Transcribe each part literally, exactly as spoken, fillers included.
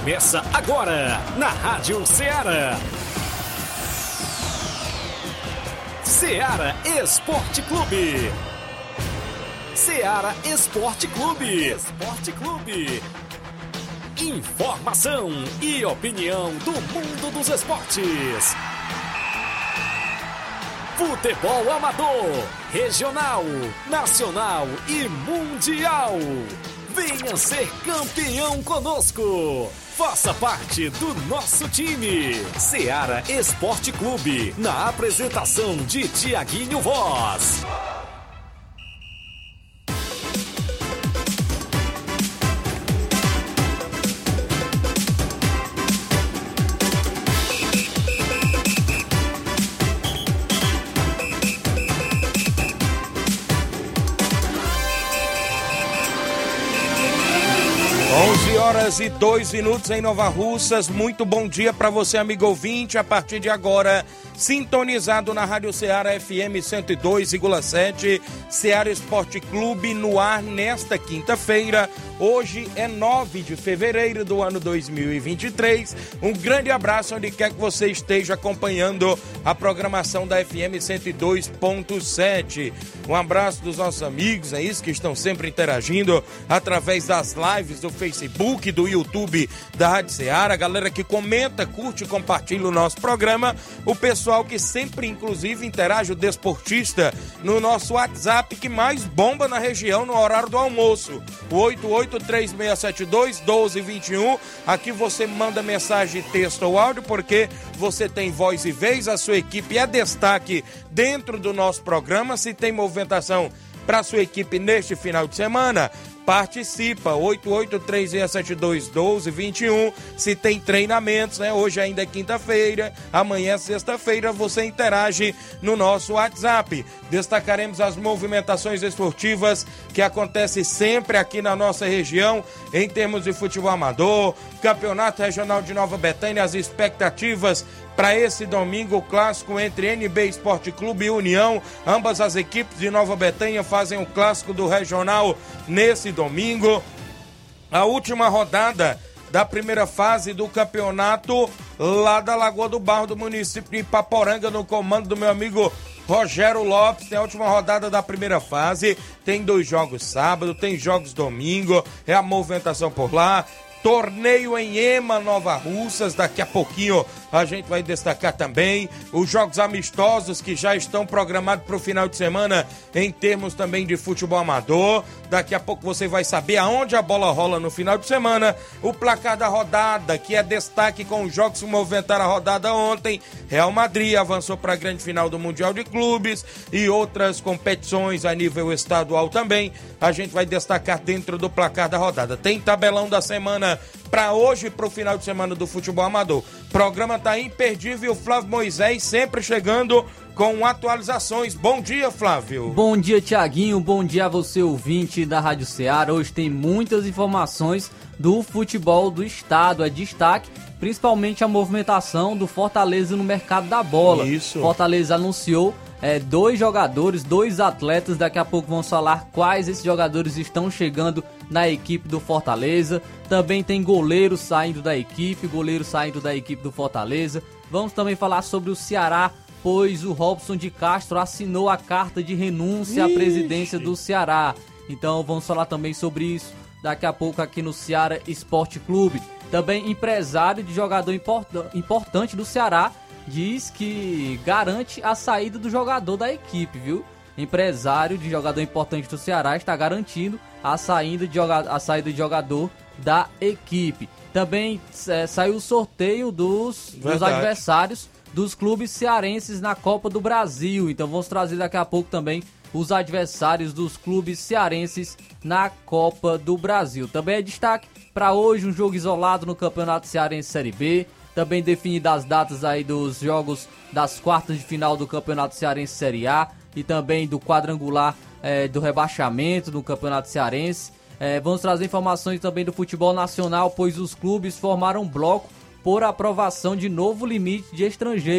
Começa agora na Rádio Ceará. Ceará Esporte Clube. Ceará Esporte Clube. Esporte Clube. Informação e opinião do mundo dos esportes. Futebol amador, regional, nacional e mundial. Venha ser campeão conosco. Faça parte do nosso time. Ceará Esporte Clube. Na apresentação de Tiaguinho Voz. onze horas e dois minutos em Nova Russas. Muito bom dia para você, amigo ouvinte. A partir de agora, sintonizado na Rádio Ceará F M cento e dois vírgula sete, Ceará Esporte Clube no ar nesta quinta-feira. Hoje é nove de fevereiro do ano dois mil e vinte e três. Um grande abraço onde quer que você esteja acompanhando a programação da F M cento e dois ponto sete. Um abraço dos nossos amigos, é isso, que estão sempre interagindo através das lives do Facebook, do YouTube da Rádio Ceará. A galera que comenta, curte e compartilha o nosso programa. O pessoal que sempre, inclusive, interage, o desportista, no nosso WhatsApp que mais bomba na região no horário do almoço. O oito oito três seis sete dois um dois dois um. Aqui você manda mensagem, texto ou áudio, porque você tem voz e vez. A sua equipe é destaque dentro do nosso programa. Se tem movimentação para a sua equipe neste final de semana, participa, oito oito três seis sete dois um dois dois um. Se tem treinamentos, né? Hoje ainda é quinta-feira, amanhã é sexta-feira, você interage no nosso WhatsApp. Destacaremos as movimentações esportivas que acontecem sempre aqui na nossa região, em termos de futebol amador, Campeonato Regional de Nova Betânia, as expectativas para esse domingo, o clássico entre N B Esporte Clube e União. Ambas as equipes de Nova Betânia fazem o clássico do regional nesse domingo. A última rodada da primeira fase do campeonato lá da Lagoa do Barro, do município de Ipaporanga, no comando do meu amigo Rogério Lopes. Tem a última rodada da primeira fase, tem dois jogos sábado, tem jogos domingo, é a movimentação por lá. Torneio em Ema, Nova Russas, daqui a pouquinho a gente vai destacar também os jogos amistosos que já estão programados para o final de semana em termos também de futebol amador. Daqui a pouco você vai saber aonde a bola rola no final de semana, o placar da rodada, que é destaque com os jogos que movimentaram a rodada ontem. Real Madrid avançou para a grande final do Mundial de Clubes e outras competições a nível estadual também. A gente vai destacar dentro do placar da rodada. Tem tabelão da semana para hoje e para o final de semana do futebol amador. O programa tá imperdível. Flávio Moisés sempre chegando com atualizações. Bom dia, Flávio. Bom dia, Tiaguinho. Bom dia a você, ouvinte da Rádio Ceará. Hoje tem muitas informações do futebol do estado. É destaque principalmente a movimentação do Fortaleza no mercado da bola. Isso. Fortaleza anunciou é, dois jogadores, dois atletas. Daqui a pouco vamos falar quais esses jogadores estão chegando na equipe do Fortaleza. Também tem goleiro saindo da equipe, goleiro saindo da equipe do Fortaleza. Vamos também falar sobre o Ceará, pois o Robson de Castro assinou a carta de renúncia Ixi. à presidência do Ceará. Então vamos falar também sobre isso daqui a pouco aqui no Ceará Esporte Clube. Também empresário de jogador import- importante do Ceará diz que garante a saída do jogador da equipe, viu? Empresário de jogador importante do Ceará está garantindo a saída de, joga- a saída de jogador da equipe. Também é, saiu o sorteio dos, dos adversários dos clubes cearenses na Copa do Brasil. Então vamos trazer daqui a pouco também os adversários dos clubes cearenses na Copa do Brasil. Também é destaque para hoje um jogo isolado no Campeonato Cearense Série B. Também definidas as datas aí dos jogos das quartas de final do Campeonato Cearense Série A e também do quadrangular é, do rebaixamento do Campeonato Cearense. É, vamos trazer informações também do futebol nacional, pois os clubes formaram um bloco por aprovação de novo limite de estrangeiros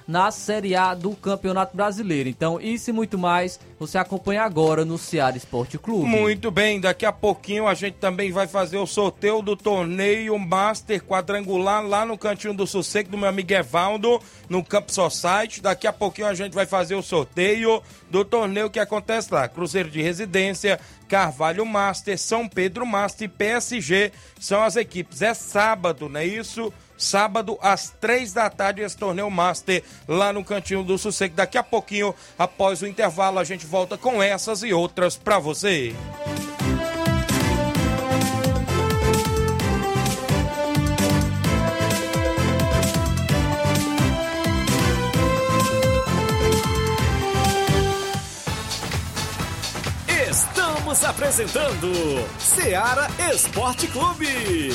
na Série A do Campeonato Brasileiro. Então, isso e muito mais, você acompanha agora no Ceará Esporte Clube. Muito bem, daqui a pouquinho a gente também vai fazer o sorteio do torneio Master Quadrangular lá no Cantinho do Sossego do meu amigo Evaldo, no Campo Society. Daqui a pouquinho a gente vai fazer o sorteio do torneio que acontece lá, Cruzeiro de Residência, Carvalho Master, São Pedro Master e P S G são as equipes. É sábado, não é isso? Sábado, às três da tarde, esse torneio Master lá no Cantinho do Sossego. Daqui a pouquinho, após o intervalo, a gente volta com essas e outras pra você. Estamos apresentando Ceará Esporte Clube.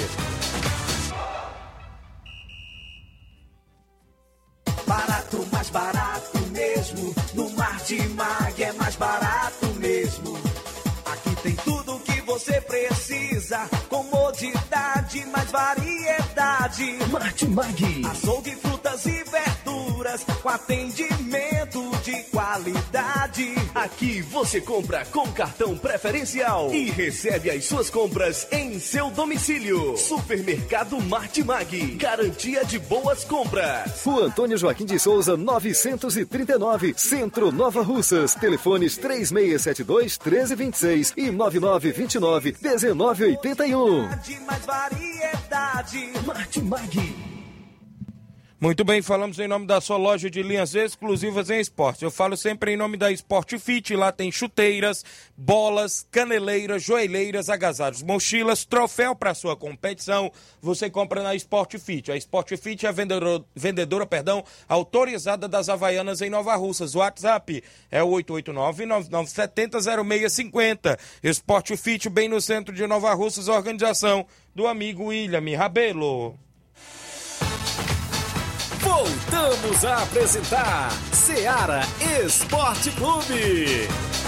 Barato, mais barato mesmo. No Martimag é mais barato mesmo. Aqui tem tudo o que você precisa. Comodidade, mais variedade. Martimag. Açougue, frutas e verduras com atendimento de qualidade. Aqui você compra com cartão preferencial e recebe as suas compras em seu domicílio. Supermercado Martimag, garantia de boas compras. Rua Antônio Joaquim de Souza, novecentos e trinta e nove, Centro Nova Russas. Telefones três seis sete dois, um três dois seis e nove nove dois nove, um nove oito um. Mais variedade. Martimag. Muito bem, falamos em nome da sua loja de linhas exclusivas em esporte. Eu falo sempre em nome da Sport Fit. Lá tem chuteiras, bolas, caneleiras, joelheiras, agasalhos, mochilas, troféu para sua competição. Você compra na Sport Fit. A Sport Fit é a vendedora, vendedora perdão, autorizada das Havaianas em Nova Russas. O WhatsApp é o oito oito nove, nove nove sete zero, zero seis cinco zero. Sport Fit, bem no centro de Nova Russas, organização do amigo William Rabelo. Voltamos a apresentar Ceará Esporte Clube.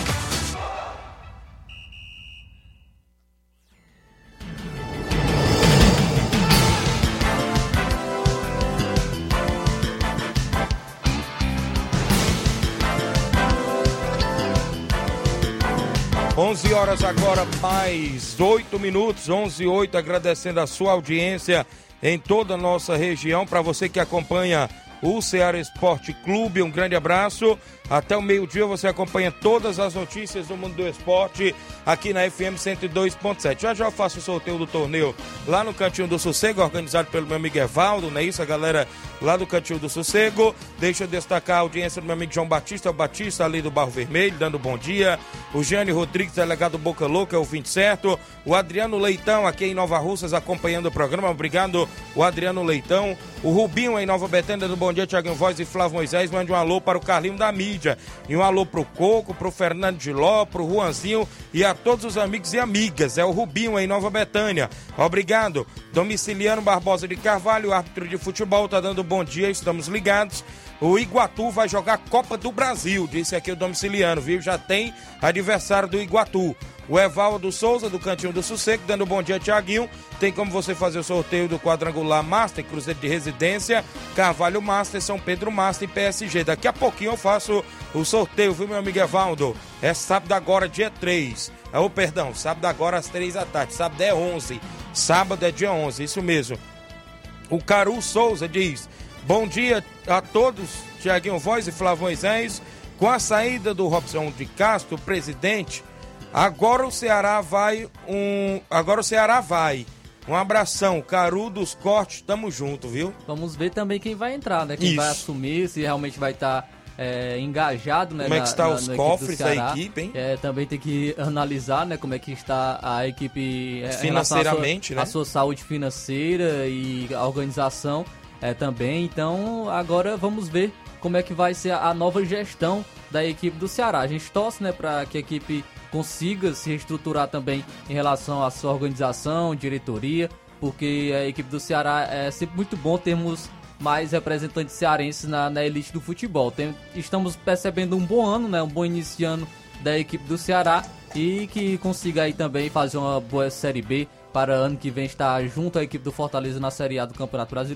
onze horas agora, mais oito minutos, onze e oito, agradecendo a sua audiência em toda a nossa região. Para você que acompanha o Ceará Esporte Clube, um grande abraço. Até o meio-dia você acompanha todas as notícias do mundo do esporte aqui na F M cento e dois ponto sete. Já já eu faço o sorteio do torneio lá no Cantinho do Sossego, organizado pelo meu amigo Evaldo, não é isso, a galera lá do Cantinho do Sossego. Deixa eu destacar a audiência do meu amigo João Batista, o Batista ali do Barro Vermelho, dando bom dia. O Giane Rodrigues, delegado Boca Louca, é o vinte certo. O Adriano Leitão, aqui em Nova Russas, acompanhando o programa. Obrigado, o Adriano Leitão. O Rubinho, em Nova Betânia, do bom dia, Thiago Voz e Flávio Moisés. Mande um alô para o Carlinho da Mídia. E um alô pro Coco, pro Fernando de Ló, pro Juanzinho e a todos os amigos e amigas. É o Rubinho em Nova Betânia. Obrigado. Domiciliano Barbosa de Carvalho, árbitro de futebol, tá dando bom dia, estamos ligados. O Iguatu vai jogar Copa do Brasil, disse aqui o Domiciliano, viu? Já tem adversário do Iguatu. O Evaldo Souza, do Cantinho do Sossego, dando bom dia, Tiaguinho. Tem como você fazer o sorteio do Quadrangular Master, Cruzeiro de Residência, Carvalho Master, São Pedro Master e P S G. Daqui a pouquinho eu faço o sorteio, viu, meu amigo Evaldo? É sábado agora, dia três. Oh, perdão, sábado agora às três da tarde. Sábado é onze. Sábado é dia onze, isso mesmo. O Caru Souza diz: bom dia a todos, Tiaguinho Voz e Flávio Moisés. Com a saída do Robson de Castro, presidente, agora o Ceará vai um. Agora o Ceará vai. Um abração, Caru dos Cortes, tamo junto, viu? Vamos ver também quem vai entrar, né? Quem Isso. vai assumir, se realmente vai estar é, engajado, né? Como é que está na, os na, na cofres equipe da equipe, hein? É, também tem que analisar, né? Como é que está a equipe é, financeiramente, a sua, né? A sua saúde financeira e a organização é, também. Então, agora vamos ver como é que vai ser a, a nova gestão da equipe do Ceará. A gente torce, né, para que a equipe consiga se reestruturar também em relação à sua organização, diretoria, porque a equipe do Ceará é sempre muito bom termos mais representantes cearenses na, na elite do futebol. Tem, estamos percebendo um bom ano, né, um bom início de ano da equipe do Ceará e que consiga aí também fazer uma boa Série B para ano que vem estar junto à equipe do Fortaleza na Série A do Campeonato Brasileiro.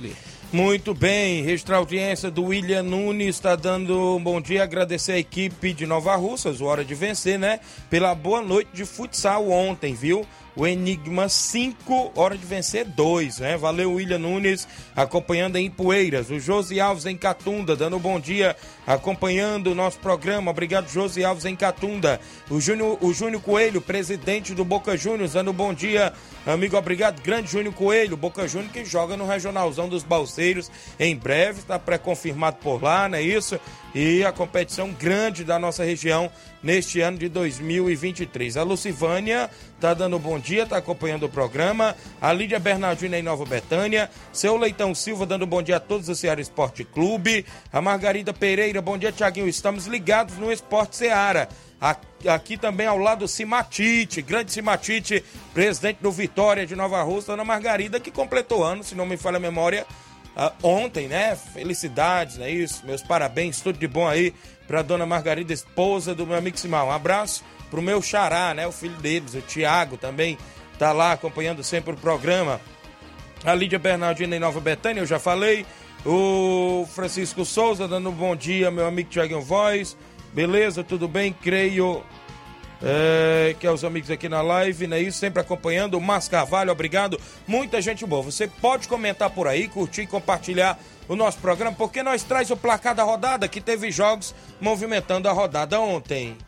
Muito bem, registrar a audiência do William Nunes, está dando um bom dia, agradecer a equipe de Nova Russas, Hora de Vencer, né? Pela boa noite de futsal ontem, viu? O Enigma cinco, Hora de Vencer dois, né? Valeu, William Nunes, acompanhando em Poeiras. O Josi Alves em Catunda, dando um bom dia, acompanhando o nosso programa. Obrigado, Josi Alves em Catunda. O Júnior, o Júnior Coelho, presidente do Boca Juniors, dando um bom dia, amigo, obrigado. Grande Júnior Coelho, Boca Juniors que joga no Regionalzão dos Balseiros em breve, está pré-confirmado por lá, não é isso? E a competição grande da nossa região neste ano de dois mil e vinte e três. A Lucivânia tá dando um bom dia, tá acompanhando o programa. A Lídia Bernardina em Nova Betânia. Seu Leitão Silva dando um bom dia a todos do Ceará Esporte Clube. A Margarida Pereira, bom dia, Tiaguinho. Estamos ligados no Esporte Ceará. Aqui também ao lado do Cimatite, grande Cimatite, presidente do Vitória de Nova Rússia, Dona Margarida, que completou ano, se não me falha a memória, Uh, ontem, né? Felicidades, não é isso? Meus parabéns, tudo de bom aí pra Dona Margarida, esposa do meu amigo Simão. Um abraço pro meu xará, né? O filho deles, o Tiago, também tá lá acompanhando sempre o programa. A Lídia Bernardina em Nova Betânia, eu já falei. O Francisco Souza dando um bom dia, meu amigo Tiaguinho Voz. Beleza, tudo bem? Creio É, que é os amigos aqui na live, né? Isso, sempre acompanhando. O Márcio Carvalho, obrigado. Muita gente boa. Você pode comentar por aí, curtir e compartilhar o nosso programa, porque nós traz o placar da rodada, que teve jogos movimentando a rodada ontem.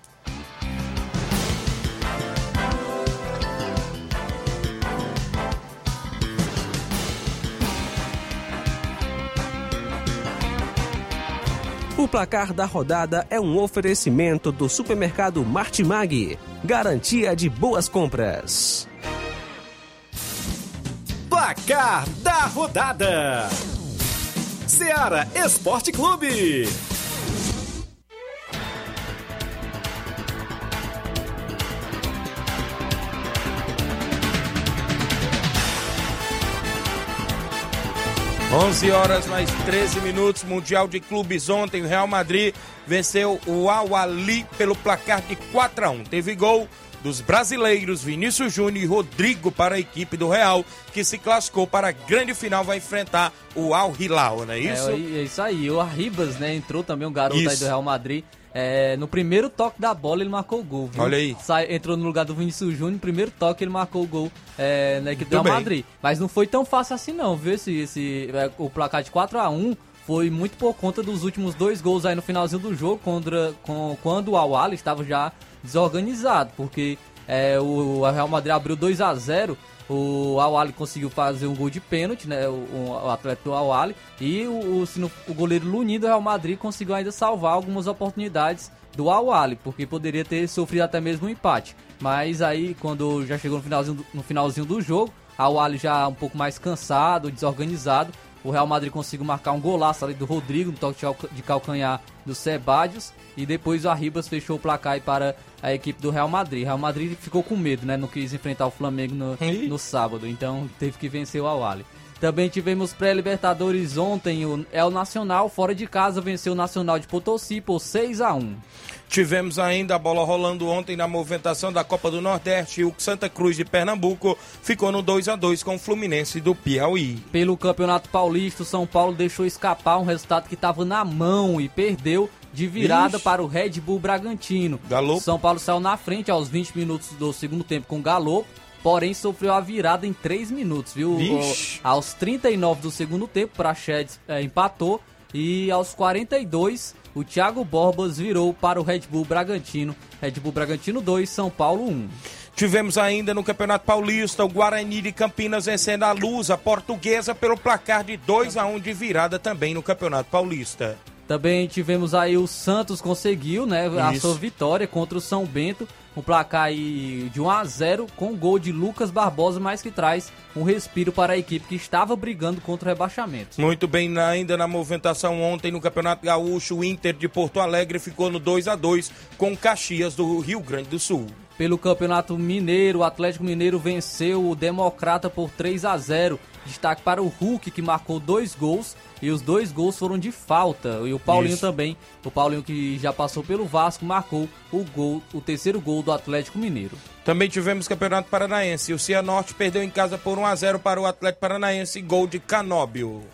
O placar da rodada é um oferecimento do supermercado Martimag. Garantia de boas compras. Placar da rodada: Ceará Esporte Clube. onze horas mais treze minutos, Mundial de Clubes ontem, o Real Madrid venceu o Al-Ahly pelo placar de quatro a um. Teve gol dos brasileiros Vinícius Júnior e Rodrigo para a equipe do Real, que se classificou para a grande final, vai enfrentar o Al-Hilal, não é isso? É, é isso aí, o Arribas, né, entrou também, um garoto isso. aí do Real Madrid. É, no primeiro toque da bola ele marcou o gol, viu? Olha aí. Sai, entrou no lugar do Vinícius Júnior, no primeiro toque ele marcou o gol é, na equipe do Real Madrid. Mas não foi tão fácil assim não, viu? Esse, esse, é, o placar de quatro a um foi muito por conta dos últimos dois gols aí no finalzinho do jogo, contra, com, quando o Al-Ahly estava já desorganizado, porque é, o, o Real Madrid abriu dois a zero, o Al-Ahly conseguiu fazer um gol de pênalti, né, o, o atleta do Al-Ahly, e o, o, o goleiro Lunin do Real Madrid conseguiu ainda salvar algumas oportunidades do Al-Ahly, porque poderia ter sofrido até mesmo um empate. Mas aí, quando já chegou no finalzinho do, no finalzinho do jogo, Al-Ahly já um pouco mais cansado, desorganizado, o Real Madrid conseguiu marcar um golaço ali do Rodrigo, no toque de calcanhar do Sebadios, e depois o Arribas fechou o placar aí para a equipe do Real Madrid. O Real Madrid ficou com medo, né? Não quis enfrentar o Flamengo no, no sábado, então teve que vencer o Al-Ahly. Também tivemos pré-Libertadores ontem, o El Nacional, fora de casa, venceu o Nacional de Potosí por seis a um. Tivemos ainda a bola rolando ontem na movimentação da Copa do Nordeste. O Santa Cruz de Pernambuco ficou no dois a dois com o Fluminense do Piauí. Pelo Campeonato Paulista, o São Paulo deixou escapar um resultado que estava na mão e perdeu de virada Ixi. para o Red Bull Bragantino. Galo. São Paulo saiu na frente aos vinte minutos do segundo tempo com o Galo, porém sofreu a virada em três minutos, viu? O, aos trinta e nove do segundo tempo, o Praxedes é, empatou, e aos quarenta e dois o Thiago Borbas virou para o Red Bull Bragantino. Red Bull Bragantino dois, São Paulo um. Tivemos ainda no Campeonato Paulista o Guarani de Campinas vencendo a Luz, a Portuguesa, pelo placar de dois a um de virada também no Campeonato Paulista. Também tivemos aí o Santos conseguiu, né, a Isso. sua vitória contra o São Bento, um placar aí de um a zero com gol de Lucas Barbosa, mas que traz um respiro para a equipe que estava brigando contra o rebaixamento. Muito bem, ainda na movimentação ontem no Campeonato Gaúcho, o Inter de Porto Alegre ficou no dois a dois com Caxias do Rio Grande do Sul. Pelo Campeonato Mineiro, o Atlético Mineiro venceu o Democrata por três a zero. Destaque para o Hulk, que marcou dois gols, e os dois gols foram de falta. E o Paulinho Isso. também, o Paulinho que já passou pelo Vasco, marcou o gol, o terceiro gol do Atlético Mineiro. Também tivemos Campeonato Paranaense. O Cianorte perdeu em casa por um a zero para o Atlético Paranaense, gol de Canóbio.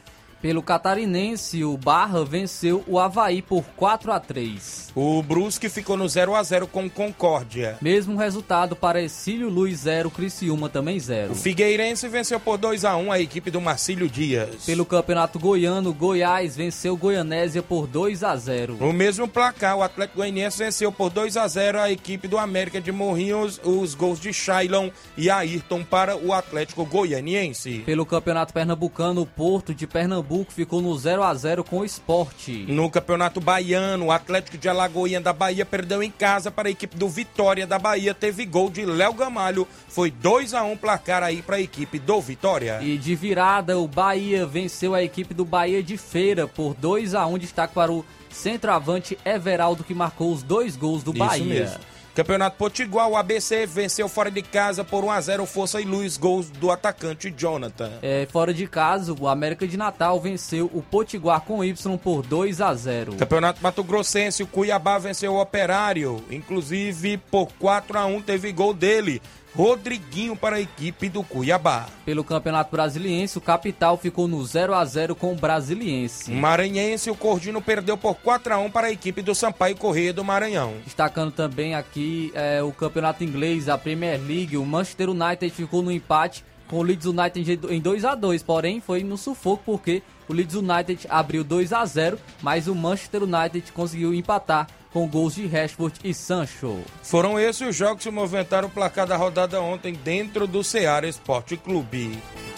Pelo Catarinense, o Barra venceu o Avaí por quatro a três. O Brusque ficou no zero a zero com Concórdia. Mesmo resultado para Ercílio Luz zero, Criciúma também zero. O Figueirense venceu por dois a um a equipe do Marcílio Dias. Pelo Campeonato Goiano, Goiás venceu Goianésia por dois a zero. No mesmo placar, o Atlético Goianiense venceu por dois a zero a equipe do América de Morrinhos, os gols de Shailon e Ayrton para o Atlético Goianiense. Pelo Campeonato Pernambucano, o Porto de Pernambuco ficou no zero a zero com o Sport. No Campeonato Baiano, o Atlético de Alagoinha da Bahia perdeu em casa para a equipe do Vitória da Bahia, teve gol de Léo Gamalho, foi dois a um placar aí para a equipe do Vitória. E de virada, o Bahia venceu a equipe do Bahia de Feira por dois a um, destaque para o centroavante Everaldo, que marcou os dois gols do Isso Bahia. Mesmo. Campeonato Potiguar, o A B C venceu fora de casa por um a zero, Força e Luz, gols do atacante Jonathan. É, fora de casa, o América de Natal venceu o Potiguar com Y por dois a zero. Campeonato Mato Grossense, o Cuiabá venceu o Operário, inclusive por quatro a um, teve gol dele, Rodriguinho, para a equipe do Cuiabá. Pelo Campeonato Brasiliense, o Capital ficou no zero a zero com o Brasiliense. Maranhense, o Cordino perdeu por quatro a um para a equipe do Sampaio Corrêa do Maranhão. Destacando também aqui é, o Campeonato Inglês, a Premier League, o Manchester United ficou no empate com o Leeds United em dois a dois, porém foi no sufoco porque o Leeds United abriu dois a zero, mas o Manchester United conseguiu empatar com gols de Rashford e Sancho. Foram esses os jogos que movimentaram o placar da rodada ontem dentro do Ceará Esporte Clube.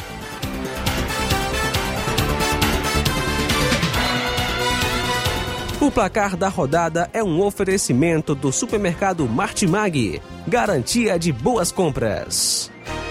O placar da rodada é um oferecimento do supermercado Martimag, garantia de boas compras.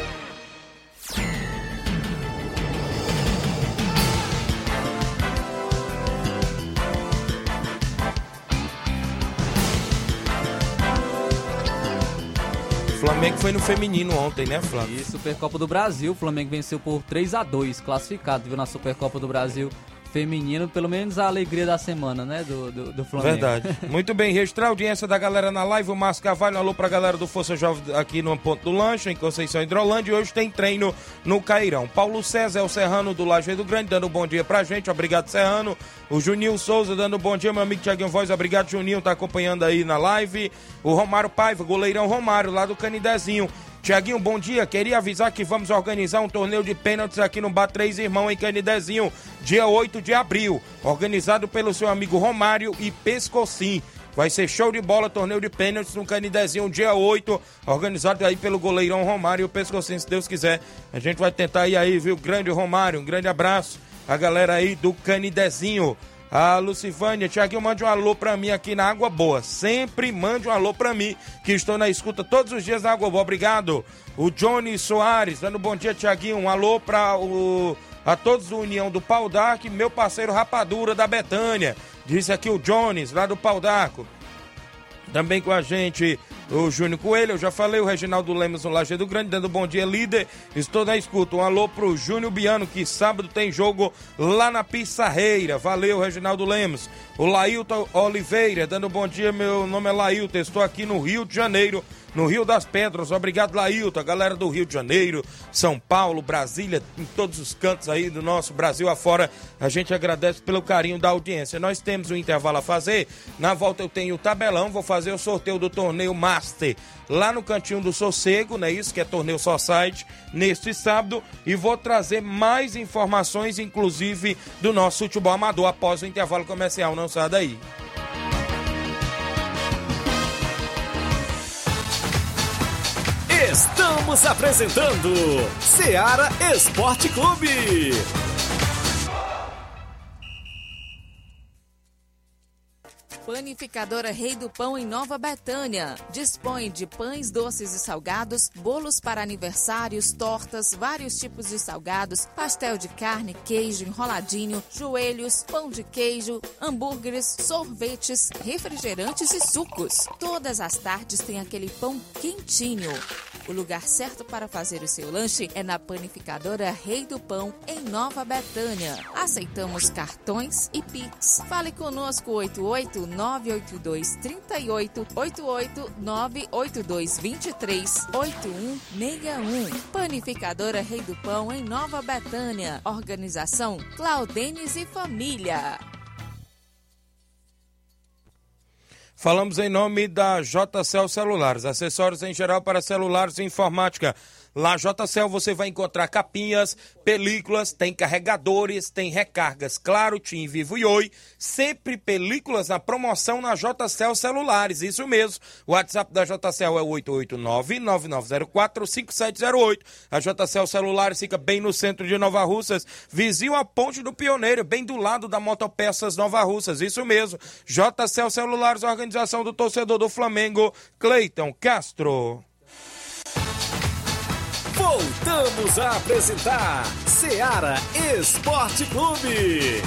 O Flamengo foi no feminino ontem, né, Flávio? E Supercopa do Brasil, o Flamengo venceu por três a dois, classificado, viu, na Supercopa do Brasil feminino, pelo menos a alegria da semana, né, do, do, do Flamengo. Verdade. Muito bem, registrar a audiência da galera na live, o Márcio Carvalho, um alô pra galera do Força Jovem aqui no Ponto do Lanche, em Conceição Hidrolândia, e hoje tem treino no Cairão. Paulo César é o Serrano do Lajeado Grande, dando um bom dia pra gente, obrigado, Serrano. O Juninho Souza dando um bom dia, meu amigo Thiaguinho Voz, obrigado, Juninho, tá acompanhando aí na live. O Romário Paiva, goleirão Romário, lá do Canidezinho. Tiaguinho, bom dia. Queria avisar que vamos organizar um torneio de pênaltis aqui no Bar Três Irmãos, em Canidezinho, dia oito de abril, organizado pelo seu amigo Romário e Pescocim. Vai ser show de bola, torneio de pênaltis no Canidezinho, dia oito, organizado aí pelo goleirão Romário e o Pescocim, se Deus quiser. A gente vai tentar ir aí, viu? Grande Romário, um grande abraço a galera aí do Canidezinho. A Lucivânia, Tiaguinho, mande um alô pra mim aqui na Água Boa. Sempre mande um alô pra mim, que estou na escuta todos os dias na Água Boa. Obrigado. O Johnny Soares, dando bom dia, Tiaguinho. Um alô pra o, a todos do União do Pau d'Arco, meu parceiro Rapadura da Betânia. Disse aqui o Jones, lá do Pau d'Arco. Também com a gente o Júnior Coelho, eu já falei, o Reginaldo Lemos no Lajeado Grande, dando bom dia, líder. Estou na escuta. Um alô pro Júnior Biano, que sábado tem jogo lá na Pissarreira. Valeu, Reginaldo Lemos. O Lailton Oliveira, dando bom dia, meu nome é Lailton, estou aqui no Rio de Janeiro, no Rio das Pedras. Obrigado, Lailton, a galera do Rio de Janeiro, São Paulo, Brasília, em todos os cantos aí do nosso Brasil afora. A gente agradece pelo carinho da audiência. Nós temos um intervalo a fazer. Na volta eu tenho o tabelão, vou fazer o sorteio do torneio Master lá no Cantinho do Sossego, né? Isso que é torneio Society, neste sábado. E vou trazer mais informações, inclusive do nosso futebol amador, após o intervalo comercial. Não sai daí. Estamos apresentando Ceará Esporte Clube. Panificadora Rei do Pão em Nova Betânia. Dispõe de pães doces e salgados, bolos para aniversários, tortas, vários tipos de salgados, pastel de carne, queijo, enroladinho, joelhos, pão de queijo, hambúrgueres, sorvetes, refrigerantes e sucos. Todas as tardes tem aquele pão quentinho. O lugar certo para fazer o seu lanche é na Panificadora Rei do Pão, em Nova Betânia. Aceitamos cartões e Pix. Fale conosco oito oito nove oito dois três oito, oito oito nove oito dois dois três, oito um seis um. Panificadora Rei do Pão, em Nova Betânia. Organização Claudenes e Família. Falamos em nome da J C L Celulares, acessórios em geral para celulares e informática. Lá J C L você vai encontrar capinhas, películas, tem carregadores, tem recargas, Claro, TIM, Vivo e Oi. Sempre películas na promoção na J C L Celulares, isso mesmo. O WhatsApp da J C L é oito oito nove, nove nove zero quatro, cinco sete zero oito. A J C L Celulares fica bem no centro de Nova Russas, vizinho à Ponte do Pioneiro, bem do lado da Motopeças Nova Russas, isso mesmo. J C L Celulares, organização do torcedor do Flamengo, Cleiton Castro. Voltamos a apresentar Seara Esporte Clube.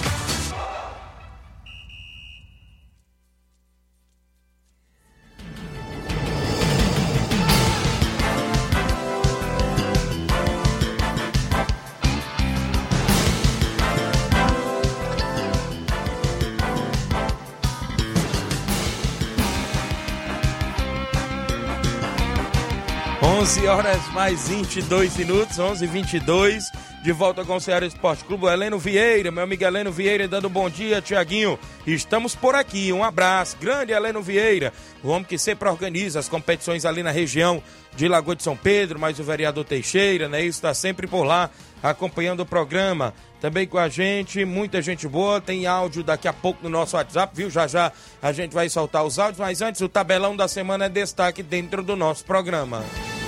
onze horas mais vinte e dois minutos, onze e vinte e dois, de volta com o Ceará Esporte Clube. O Heleno Vieira, meu amigo Heleno Vieira, dando bom dia, Tiaguinho. Estamos por aqui, um abraço, grande Heleno Vieira, o homem que sempre organiza as competições ali na região de Lagoa de São Pedro, mas o vereador Teixeira, né, isso está sempre por lá, acompanhando o programa. Também com a gente, muita gente boa, tem áudio daqui a pouco no nosso WhatsApp, viu? Já já a gente vai soltar os áudios, mas antes o tabelão da semana é destaque dentro do nosso programa.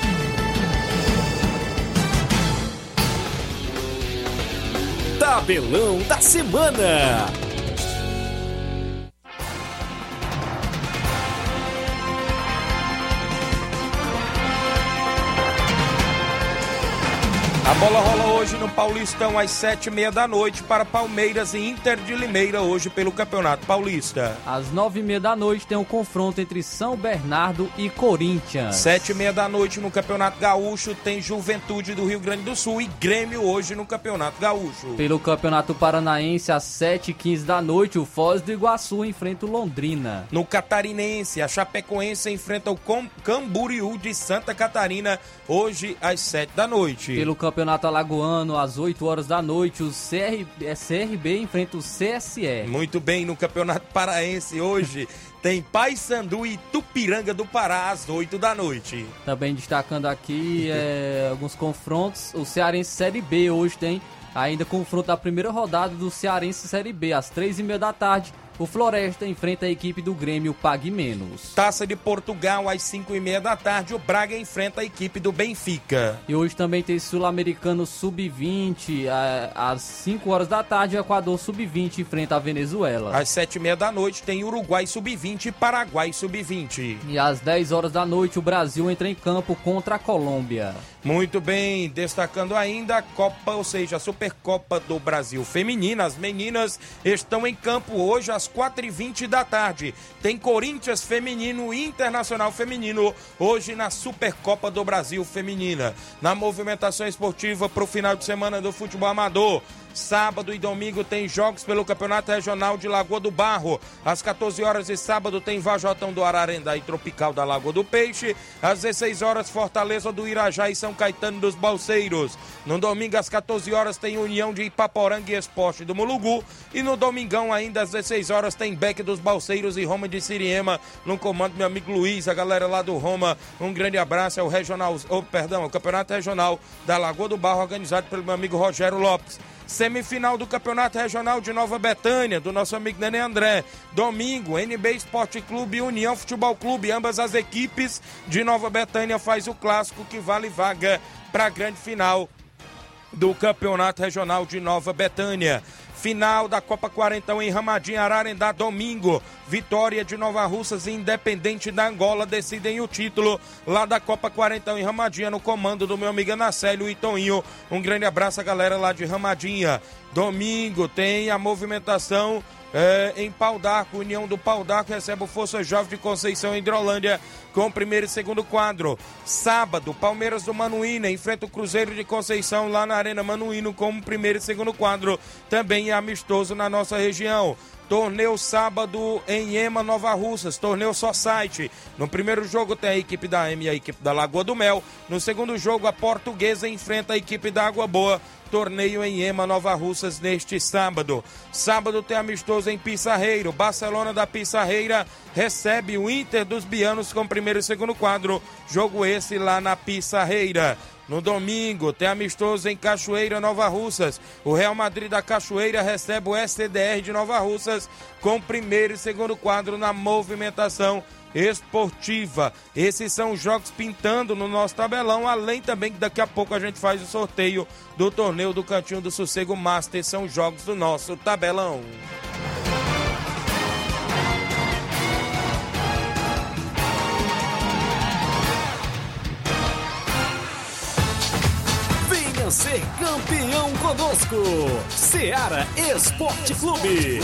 Tabelão da semana. A bola rola hoje no Paulistão às sete e meia da noite para Palmeiras e Inter de Limeira hoje pelo Campeonato Paulista. Às nove e meia da noite tem um confronto entre São Bernardo e Corinthians. Sete e meia da noite no Campeonato Gaúcho tem Juventude do Rio Grande do Sul e Grêmio hoje no Campeonato Gaúcho. Pelo Campeonato Paranaense às sete e quinze da noite o Foz do Iguaçu enfrenta o Londrina. No Catarinense a Chapecoense enfrenta o Camboriú de Santa Catarina hoje às sete da noite. Pelo Campeonato Alagoano, às oito horas da noite, o C R, C R B enfrenta o C S E. Muito bem, no Campeonato Paraense hoje tem Paysandu e Tupiranga do Pará às oito da noite. Também destacando aqui é, alguns confrontos, o Cearense Série B hoje tem ainda confronto da primeira rodada do Cearense Série B, às três e meia da tarde. O Floresta enfrenta a equipe do Grêmio Pague Menos. Taça de Portugal às cinco e meia da tarde, o Braga enfrenta a equipe do Benfica. E hoje também tem Sul-Americano sub vinte, às cinco horas da tarde, o Equador sub vinte enfrenta a Venezuela. Às sete e meia da noite tem Uruguai sub vinte e Paraguai sub vinte. E às dez horas da noite o Brasil entra em campo contra a Colômbia. Muito bem, destacando ainda a Copa, ou seja, a Supercopa do Brasil Feminina. As meninas estão em campo hoje às quatro e vinte da tarde. Tem Corinthians Feminino e Internacional Feminino hoje na Supercopa do Brasil Feminina. Na movimentação esportiva para o final de semana do futebol amador, sábado e domingo tem jogos pelo Campeonato Regional de Lagoa do Barro. Às quatorze horas de sábado tem Vajotão do Ararendá e Tropical da Lagoa do Peixe. Às dezesseis horas Fortaleza do Irajá e São Caetano dos Balseiros. No domingo às quatorze horas tem União de Ipaporanga e Esporte do Mulugu. E no domingão ainda às dezesseis horas tem Beck dos Balseiros e Roma de Siriema no comando do meu amigo Luiz, a galera lá do Roma. Um grande abraço, é o regional, oh, perdão, o Campeonato Regional da Lagoa do Barro, organizado pelo meu amigo Rogério Lopes. Semifinal do Campeonato Regional de Nova Betânia, do nosso amigo Nenê André. Domingo, N B Esporte Clube e União Futebol Clube. Ambas as equipes de Nova Betânia faz o clássico que vale vaga para a grande final do Campeonato Regional de Nova Betânia. Final da Copa Quarentão em Ramadinha, Ararendá, domingo. Vitória de Nova Russas e Independente da Angola decidem o título lá da Copa Quarentão em Ramadinha, no comando do meu amigo Anacélio e Toninho. Um grande abraço a galera lá de Ramadinha. Domingo tem a movimentação É, em Pau d'Arco, União do Pau d'Arco recebe o Força Jovem de Conceição em Hidrolândia com o primeiro e segundo quadro. Sábado, Palmeiras do Manuína enfrenta o Cruzeiro de Conceição lá na Arena Manuíno com o primeiro e segundo quadro, também é amistoso na nossa região. Torneio sábado em Ema, Nova Russas, torneio Society. No primeiro jogo tem a equipe da M e a equipe da Lagoa do Mel. No segundo jogo, a Portuguesa enfrenta a equipe da Água Boa. Torneio em Ema, Nova Russas, neste sábado. Sábado tem amistoso em Pissarreiro. Barcelona da Pissarreira recebe o Inter dos Bianos com primeiro e segundo quadro. Jogo esse lá na Pissarreira. No domingo, tem amistoso em Cachoeira, Nova Russas. O Real Madrid da Cachoeira recebe o S C D R de Nova Russas com primeiro e segundo quadro na movimentação esportiva. Esses são os jogos pintando no nosso tabelão, além também que daqui a pouco a gente faz o sorteio do torneio do Cantinho do Sossego Master. São os jogos do nosso tabelão. Venha ser campeão conosco, Ceará Esporte Clube.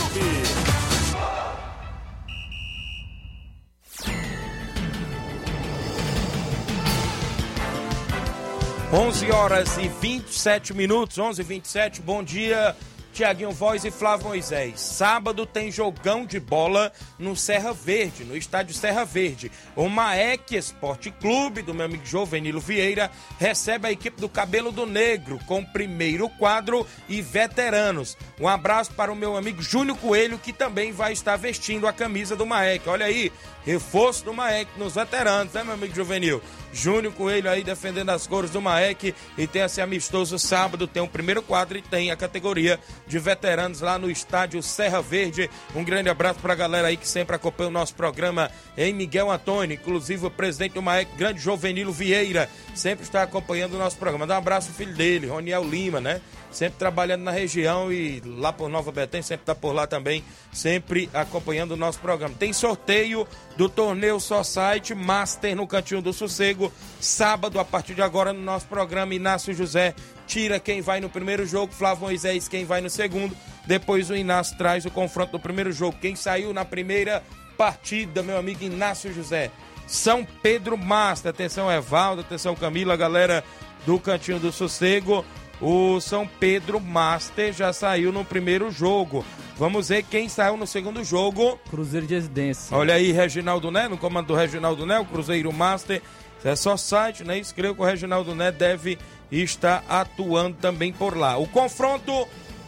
onze horas e vinte e sete minutos, onze e vinte e sete, bom dia, Tiaguinho Voz e Flávio Moisés. Sábado tem jogão de bola no Serra Verde, no estádio Serra Verde. O Maek Esporte Clube, do meu amigo Jovenilo Vieira, recebe a equipe do Cabelo do Negro, com primeiro quadro e veteranos. Um abraço para o meu amigo Júnior Coelho, que também vai estar vestindo a camisa do Maek. Olha aí, reforço do Maek nos veteranos, né, meu amigo Juvenil? Júnior Coelho aí defendendo as cores do Maek, e tem esse amistoso sábado, tem o primeiro quadro e tem a categoria de veteranos lá no estádio Serra Verde. Um grande abraço pra galera aí que sempre acompanha o nosso programa em Miguel Antônio, inclusive o presidente do Maek, grande Jovenilo Vieira, sempre está acompanhando o nosso programa. Dá um abraço ao filho dele, Roniel Lima, né? Sempre trabalhando na região e lá por Nova Betânia, sempre está por lá também, sempre acompanhando o nosso programa. Tem sorteio do torneio Society Master no Cantinho do Sossego, sábado, a partir de agora, no nosso programa. Inácio José tira quem vai no primeiro jogo, Flávio Moisés quem vai no segundo, depois o Inácio traz o confronto do primeiro jogo. Quem saiu na primeira partida, meu amigo Inácio José, São Pedro Master. Atenção Evaldo, atenção Camila, galera do Cantinho do Sossego. O São Pedro Master já saiu no primeiro jogo. Vamos ver quem saiu no segundo jogo. Cruzeiro de Residência. Olha aí, Reginaldo Né, no comando do Reginaldo Né, o Cruzeiro Master. É só site, né? Isso, creio que o Reginaldo Né deve estar atuando também por lá. O confronto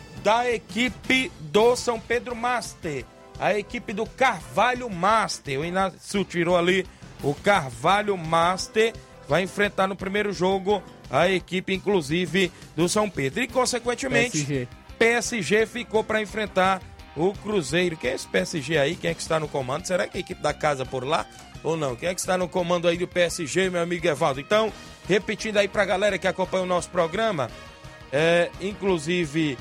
da equipe do São Pedro Master. A equipe do Carvalho Master. O Inácio tirou ali o Carvalho Master. Vai enfrentar no primeiro jogo a equipe, inclusive, do São Pedro. E, consequentemente, P S G, P S G ficou para enfrentar o Cruzeiro. Quem é esse P S G aí? Quem é que está no comando? Será que é a equipe da casa por lá ou não? Quem é que está no comando aí do P S G, meu amigo Evaldo? Então, repetindo aí para a galera que acompanha o nosso programa, é, inclusive,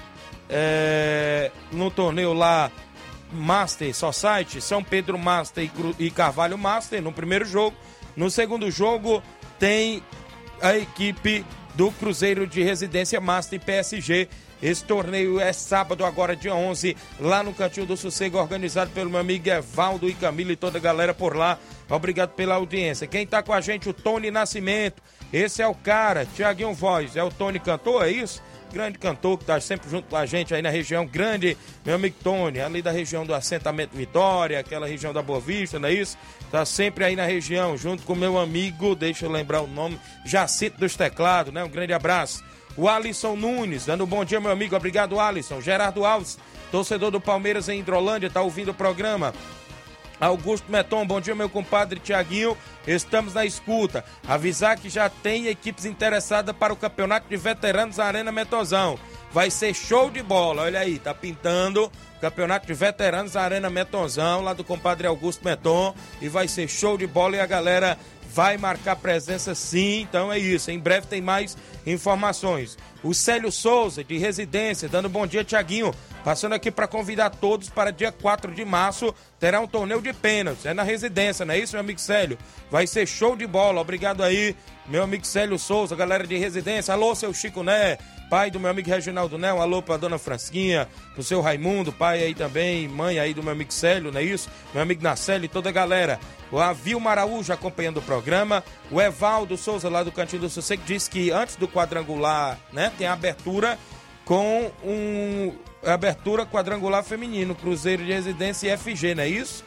é, no torneio lá, Master Society, São Pedro Master e, Cru, e Carvalho Master, no primeiro jogo. No segundo jogo, tem a equipe do Cruzeiro de Residência Master e P S G. Esse torneio é sábado, agora dia onze, lá no Cantinho do Sossego, organizado pelo meu amigo Evaldo e Camila e toda a galera por lá. Obrigado pela audiência. Quem tá com a gente, o Tony Nascimento. Esse é o cara, Tiaguinho Voz. É o Tony cantor, é isso? Grande cantor que tá sempre junto com a gente aí na região grande, meu amigo Tony, ali da região do assentamento Vitória, aquela região da Boa Vista, não é isso? Tá sempre aí na região, junto com meu amigo, deixa eu lembrar o nome, Jacinto dos Teclados, né? Um grande abraço. O Alisson Nunes, dando um bom dia, meu amigo, obrigado, Alisson. Gerardo Alves, torcedor do Palmeiras em Hidrolândia, tá ouvindo o programa. Augusto Meton, bom dia, meu compadre Tiaguinho, estamos na escuta. Avisar que já tem equipes interessadas para o campeonato de veteranos Arena Metozão. Vai ser show de bola, olha aí, tá pintando o campeonato de veteranos Arena Metozão, lá do compadre Augusto Meton, e vai ser show de bola e a galera vai marcar presença sim, então é isso, em breve tem mais informações. O Célio Souza, de Residência, dando bom dia, Tiaguinho. Passando aqui para convidar todos para dia quatro de março, terá um torneio de pênaltis. É na residência, não é isso, meu amigo Célio? Vai ser show de bola. Obrigado aí, meu amigo Célio Souza, galera de residência. Alô, seu Chico Né, pai do meu amigo Reginaldo Né. Um alô pra dona Francisquinha, pro seu Raimundo, pai aí também, mãe aí do meu amigo Célio, não é isso? Meu amigo Nacélio e toda a galera. O Avilma Araújo acompanhando o programa. O Evaldo Souza, lá do Cantinho do Sossego, disse que antes do quadrangular, né, tem a abertura com um... abertura quadrangular feminino, Cruzeiro de Residência e F G, não é isso?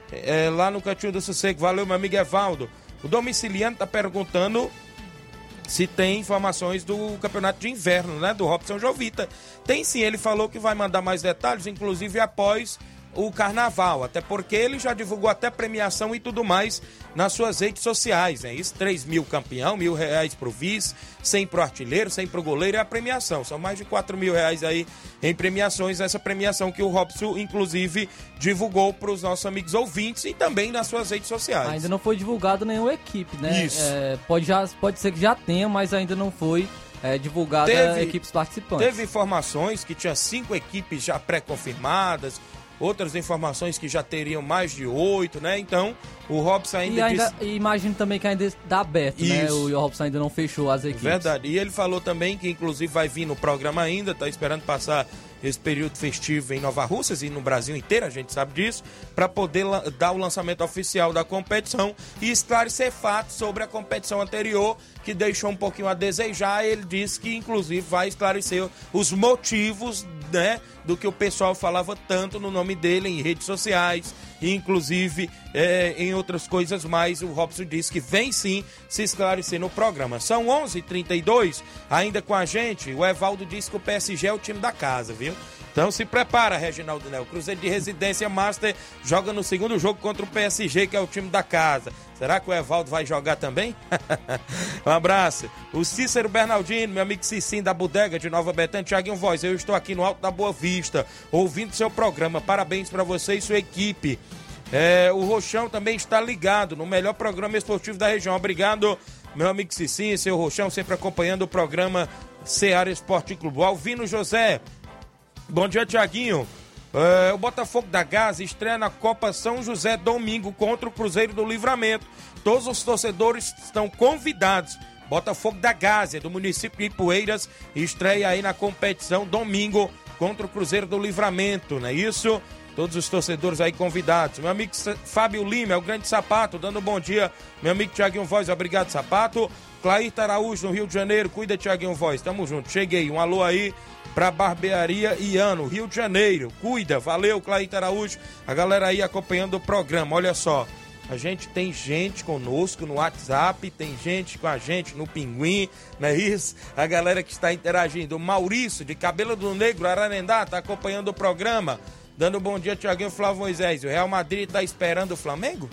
É, lá no Cantinho do Sossego. Valeu, meu amigo Evaldo. O Domiciliano tá perguntando se tem informações do campeonato de inverno, né, do Robson Jovita. Tem sim, ele falou que vai mandar mais detalhes, inclusive após o carnaval, até porque ele já divulgou até premiação e tudo mais nas suas redes sociais, né? Isso, três mil campeão, mil reais pro vice, cem pro artilheiro, cem pro goleiro é a premiação. São mais de quatro mil reais aí em premiações, essa premiação que o Robson, inclusive, divulgou pros nossos amigos ouvintes e também nas suas redes sociais. Ainda não foi divulgado nenhuma equipe, né? Isso. É, pode, já, pode ser que já tenha, mas ainda não foi é, divulgada teve, equipes participantes. Teve informações que tinha cinco equipes já pré-confirmadas, outras informações que já teriam mais de oito, né? Então, o Robson ainda, e ainda disse... E imagino também que ainda está aberto, Isso. né? O Robson ainda não fechou as equipes. Verdade. E ele falou também que, inclusive, vai vir no programa ainda, tá esperando passar esse período festivo em Nova Russas e no Brasil inteiro, a gente sabe disso, para poder dar o lançamento oficial da competição e esclarecer fatos sobre a competição anterior, que deixou um pouquinho a desejar. Ele disse que, inclusive, vai esclarecer os motivos, né, do que o pessoal falava tanto no nome dele em redes sociais, e inclusive é, em outras coisas mais. O Robson disse que vem sim se esclarecer no programa. São onze e trinta e dois, ainda com a gente. O Evaldo disse que o P S G é o time da casa, viu? Então se prepara, Reginaldo Né. O Cruzeiro de Residência Master joga no segundo jogo contra o P S G, que é o time da casa. Será que o Evaldo vai jogar também? Um abraço. O Cícero Bernardino, meu amigo Cicinho da Bodega de Nova Betânia. Tiaguinho Voz, eu estou aqui no Alto da Boa Vista, ouvindo seu programa. Parabéns para você e sua equipe. É, o Roxão também está ligado no melhor programa esportivo da região. Obrigado, meu amigo Cicinho e seu Roxão, sempre acompanhando o programa Ceará Esporte Clube. Alvino José, bom dia, Tiaguinho. É, o Botafogo da Gás estreia na Copa São José domingo contra o Cruzeiro do Livramento. Todos os torcedores estão convidados. Botafogo da Gásia, do município de Ipueiras, estreia aí na competição domingo contra o Cruzeiro do Livramento, não é isso? Todos os torcedores aí convidados. Meu amigo Fábio Lima, é o Grande Sapato, dando um bom dia. Meu amigo Tiaguinho Voz, obrigado, Sapato. Clairta Araújo, no Rio de Janeiro, cuida, Tiaguinho Voz, tamo junto. Cheguei, um alô aí pra Barbearia Iano, Rio de Janeiro. Cuida, valeu, Clairta Araújo. A galera aí acompanhando o programa, olha só. A gente tem gente conosco no WhatsApp, tem gente com a gente no Pinguim, não é isso? A galera que está interagindo. O Maurício, de Cabelo do Negro, Ararendá, está acompanhando o programa. Dando um bom dia, Tiaguinho Flávio Moisés. O Real Madrid está esperando o Flamengo?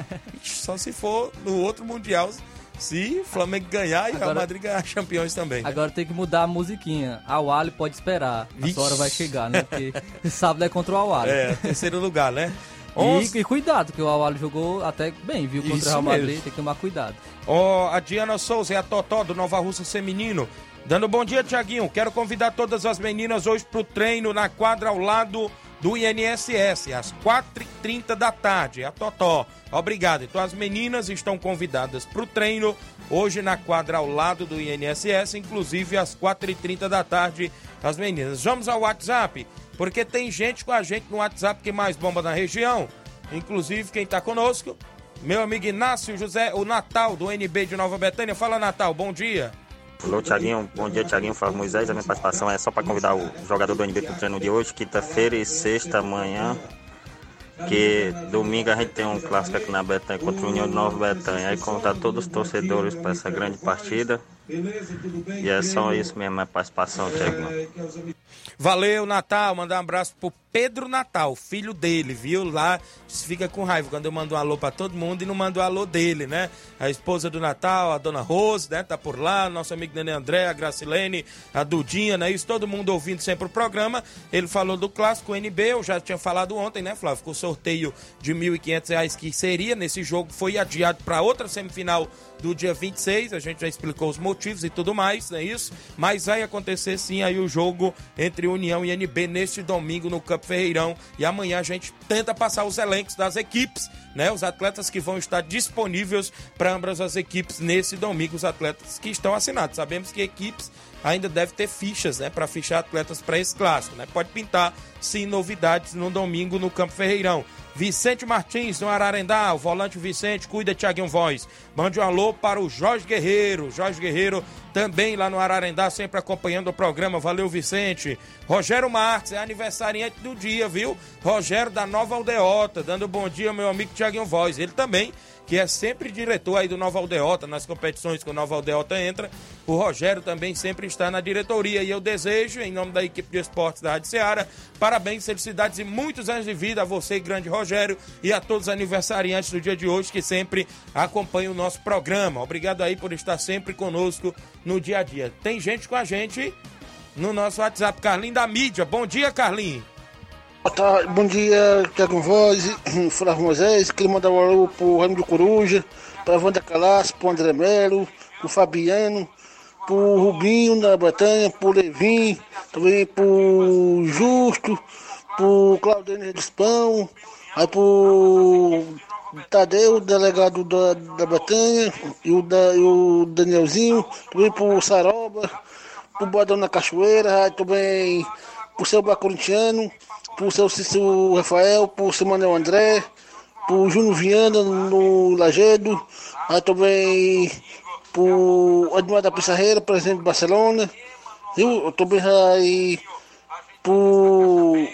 Só se for no outro Mundial, se o Flamengo ganhar e o Real Madrid ganhar campeões também. Né? Agora tem que mudar a musiquinha. A Wally pode esperar. A sua hora vai chegar, né? Porque sábado é contra o Awali. É, terceiro lugar, né? E, e cuidado, que o Awali jogou até bem, viu? Contra Isso o Real Madrid, mesmo. Tem que tomar cuidado. Ó, oh, a Diana Souza e a Totó do Nova Russa Feminino. Dando bom dia, Tiaguinho. Quero convidar todas as meninas hoje pro treino na quadra ao lado do I N S S, às quatro e trinta da tarde. A Totó. Obrigado. Então as meninas estão convidadas pro treino hoje na quadra ao lado do I N S S, inclusive às quatro e trinta da tarde, as meninas. Vamos ao WhatsApp, porque tem gente com a gente no WhatsApp que mais bomba na região. Inclusive quem tá conosco, meu amigo Inácio José, o Natal do N B de Nova Betânia. Fala, Natal, bom dia. Alô, Tiaguinho, bom dia, Tiaguinho, Flávio Moisés. A minha participação é só para convidar o jogador do N B para o treino de hoje, quinta-feira e sexta manhã, que domingo a gente tem um clássico aqui na Betânia contra o União de Nova Betânia. Aí convidar todos os torcedores para essa grande partida. E é só isso mesmo, a participação, Tiaguinho. Valeu, Natal. Mandar um abraço pro Pedro Natal, filho dele, viu? Lá fica com raiva quando eu mando um alô pra todo mundo e não mando o alô dele, né? A esposa do Natal, a dona Rose, né? Tá por lá, nosso amigo Nenê André, a Gracilene, a Dudinha, né? Isso, todo mundo ouvindo sempre o programa. Ele falou do clássico N B, eu já tinha falado ontem, né, Flávio? Que o sorteio de mil e quinhentos reais que seria nesse jogo foi adiado para outra semifinal do dia vinte e seis. A gente já explicou os motivos. motivos e tudo mais, não é isso? Mas vai acontecer sim aí o jogo entre União e N B neste domingo no Campo Ferreirão. E amanhã a gente tenta passar os elencos das equipes, né? Os atletas que vão estar disponíveis para ambas as equipes nesse domingo, os atletas que estão assinados. Sabemos que equipes ainda deve ter fichas, né, para fichar atletas para esse clássico, né? Pode pintar, sim, novidades no domingo no Campo Ferreirão. Vicente Martins, no Ararendá, o volante Vicente, cuida, Thiaguinho Voz. Mande um alô para o Jorge Guerreiro. Jorge Guerreiro também lá no Ararendá, sempre acompanhando o programa. Valeu, Vicente. Rogério Marques, é aniversariante do dia, viu? Rogério da Nova Aldeota, dando bom dia ao meu amigo Thiaguinho Voz. Ele também, que é sempre diretor aí do Nova Aldeota, nas competições que o Nova Aldeota entra. O Rogério também sempre está na diretoria. E eu desejo, em nome da equipe de esportes da Rádio Ceará, parabéns, felicidades e muitos anos de vida a você, grande Rogério, e a todos os aniversariantes do dia de hoje que sempre acompanham o nosso programa. Obrigado aí por estar sempre conosco no dia a dia. Tem gente com a gente no nosso WhatsApp. Carlinho da mídia. Bom dia, Carlinho. Boa tarde, bom dia, Thiago Voz, Flávio Moisés. Queria mandar um alô pro Ramo de Coruja, pra Wanda Calaço, pro André Melo, pro Fabiano, pro Rubinho da Bretanha, pro Levin, também pro Justo, pro Claudênio de Spão, aí pro Tadeu, delegado da, da Bretanha, e o, da, e o Danielzinho, também pro Saroba, pro Boadão na Cachoeira, aí também pro seu Bacorintiano, pro seu Cícero Rafael, pro seu Manuel André, pro Júnior Viana no Lagedo, aí também pro Edmar da Pissarreira, presidente de Barcelona, eu também aí pro,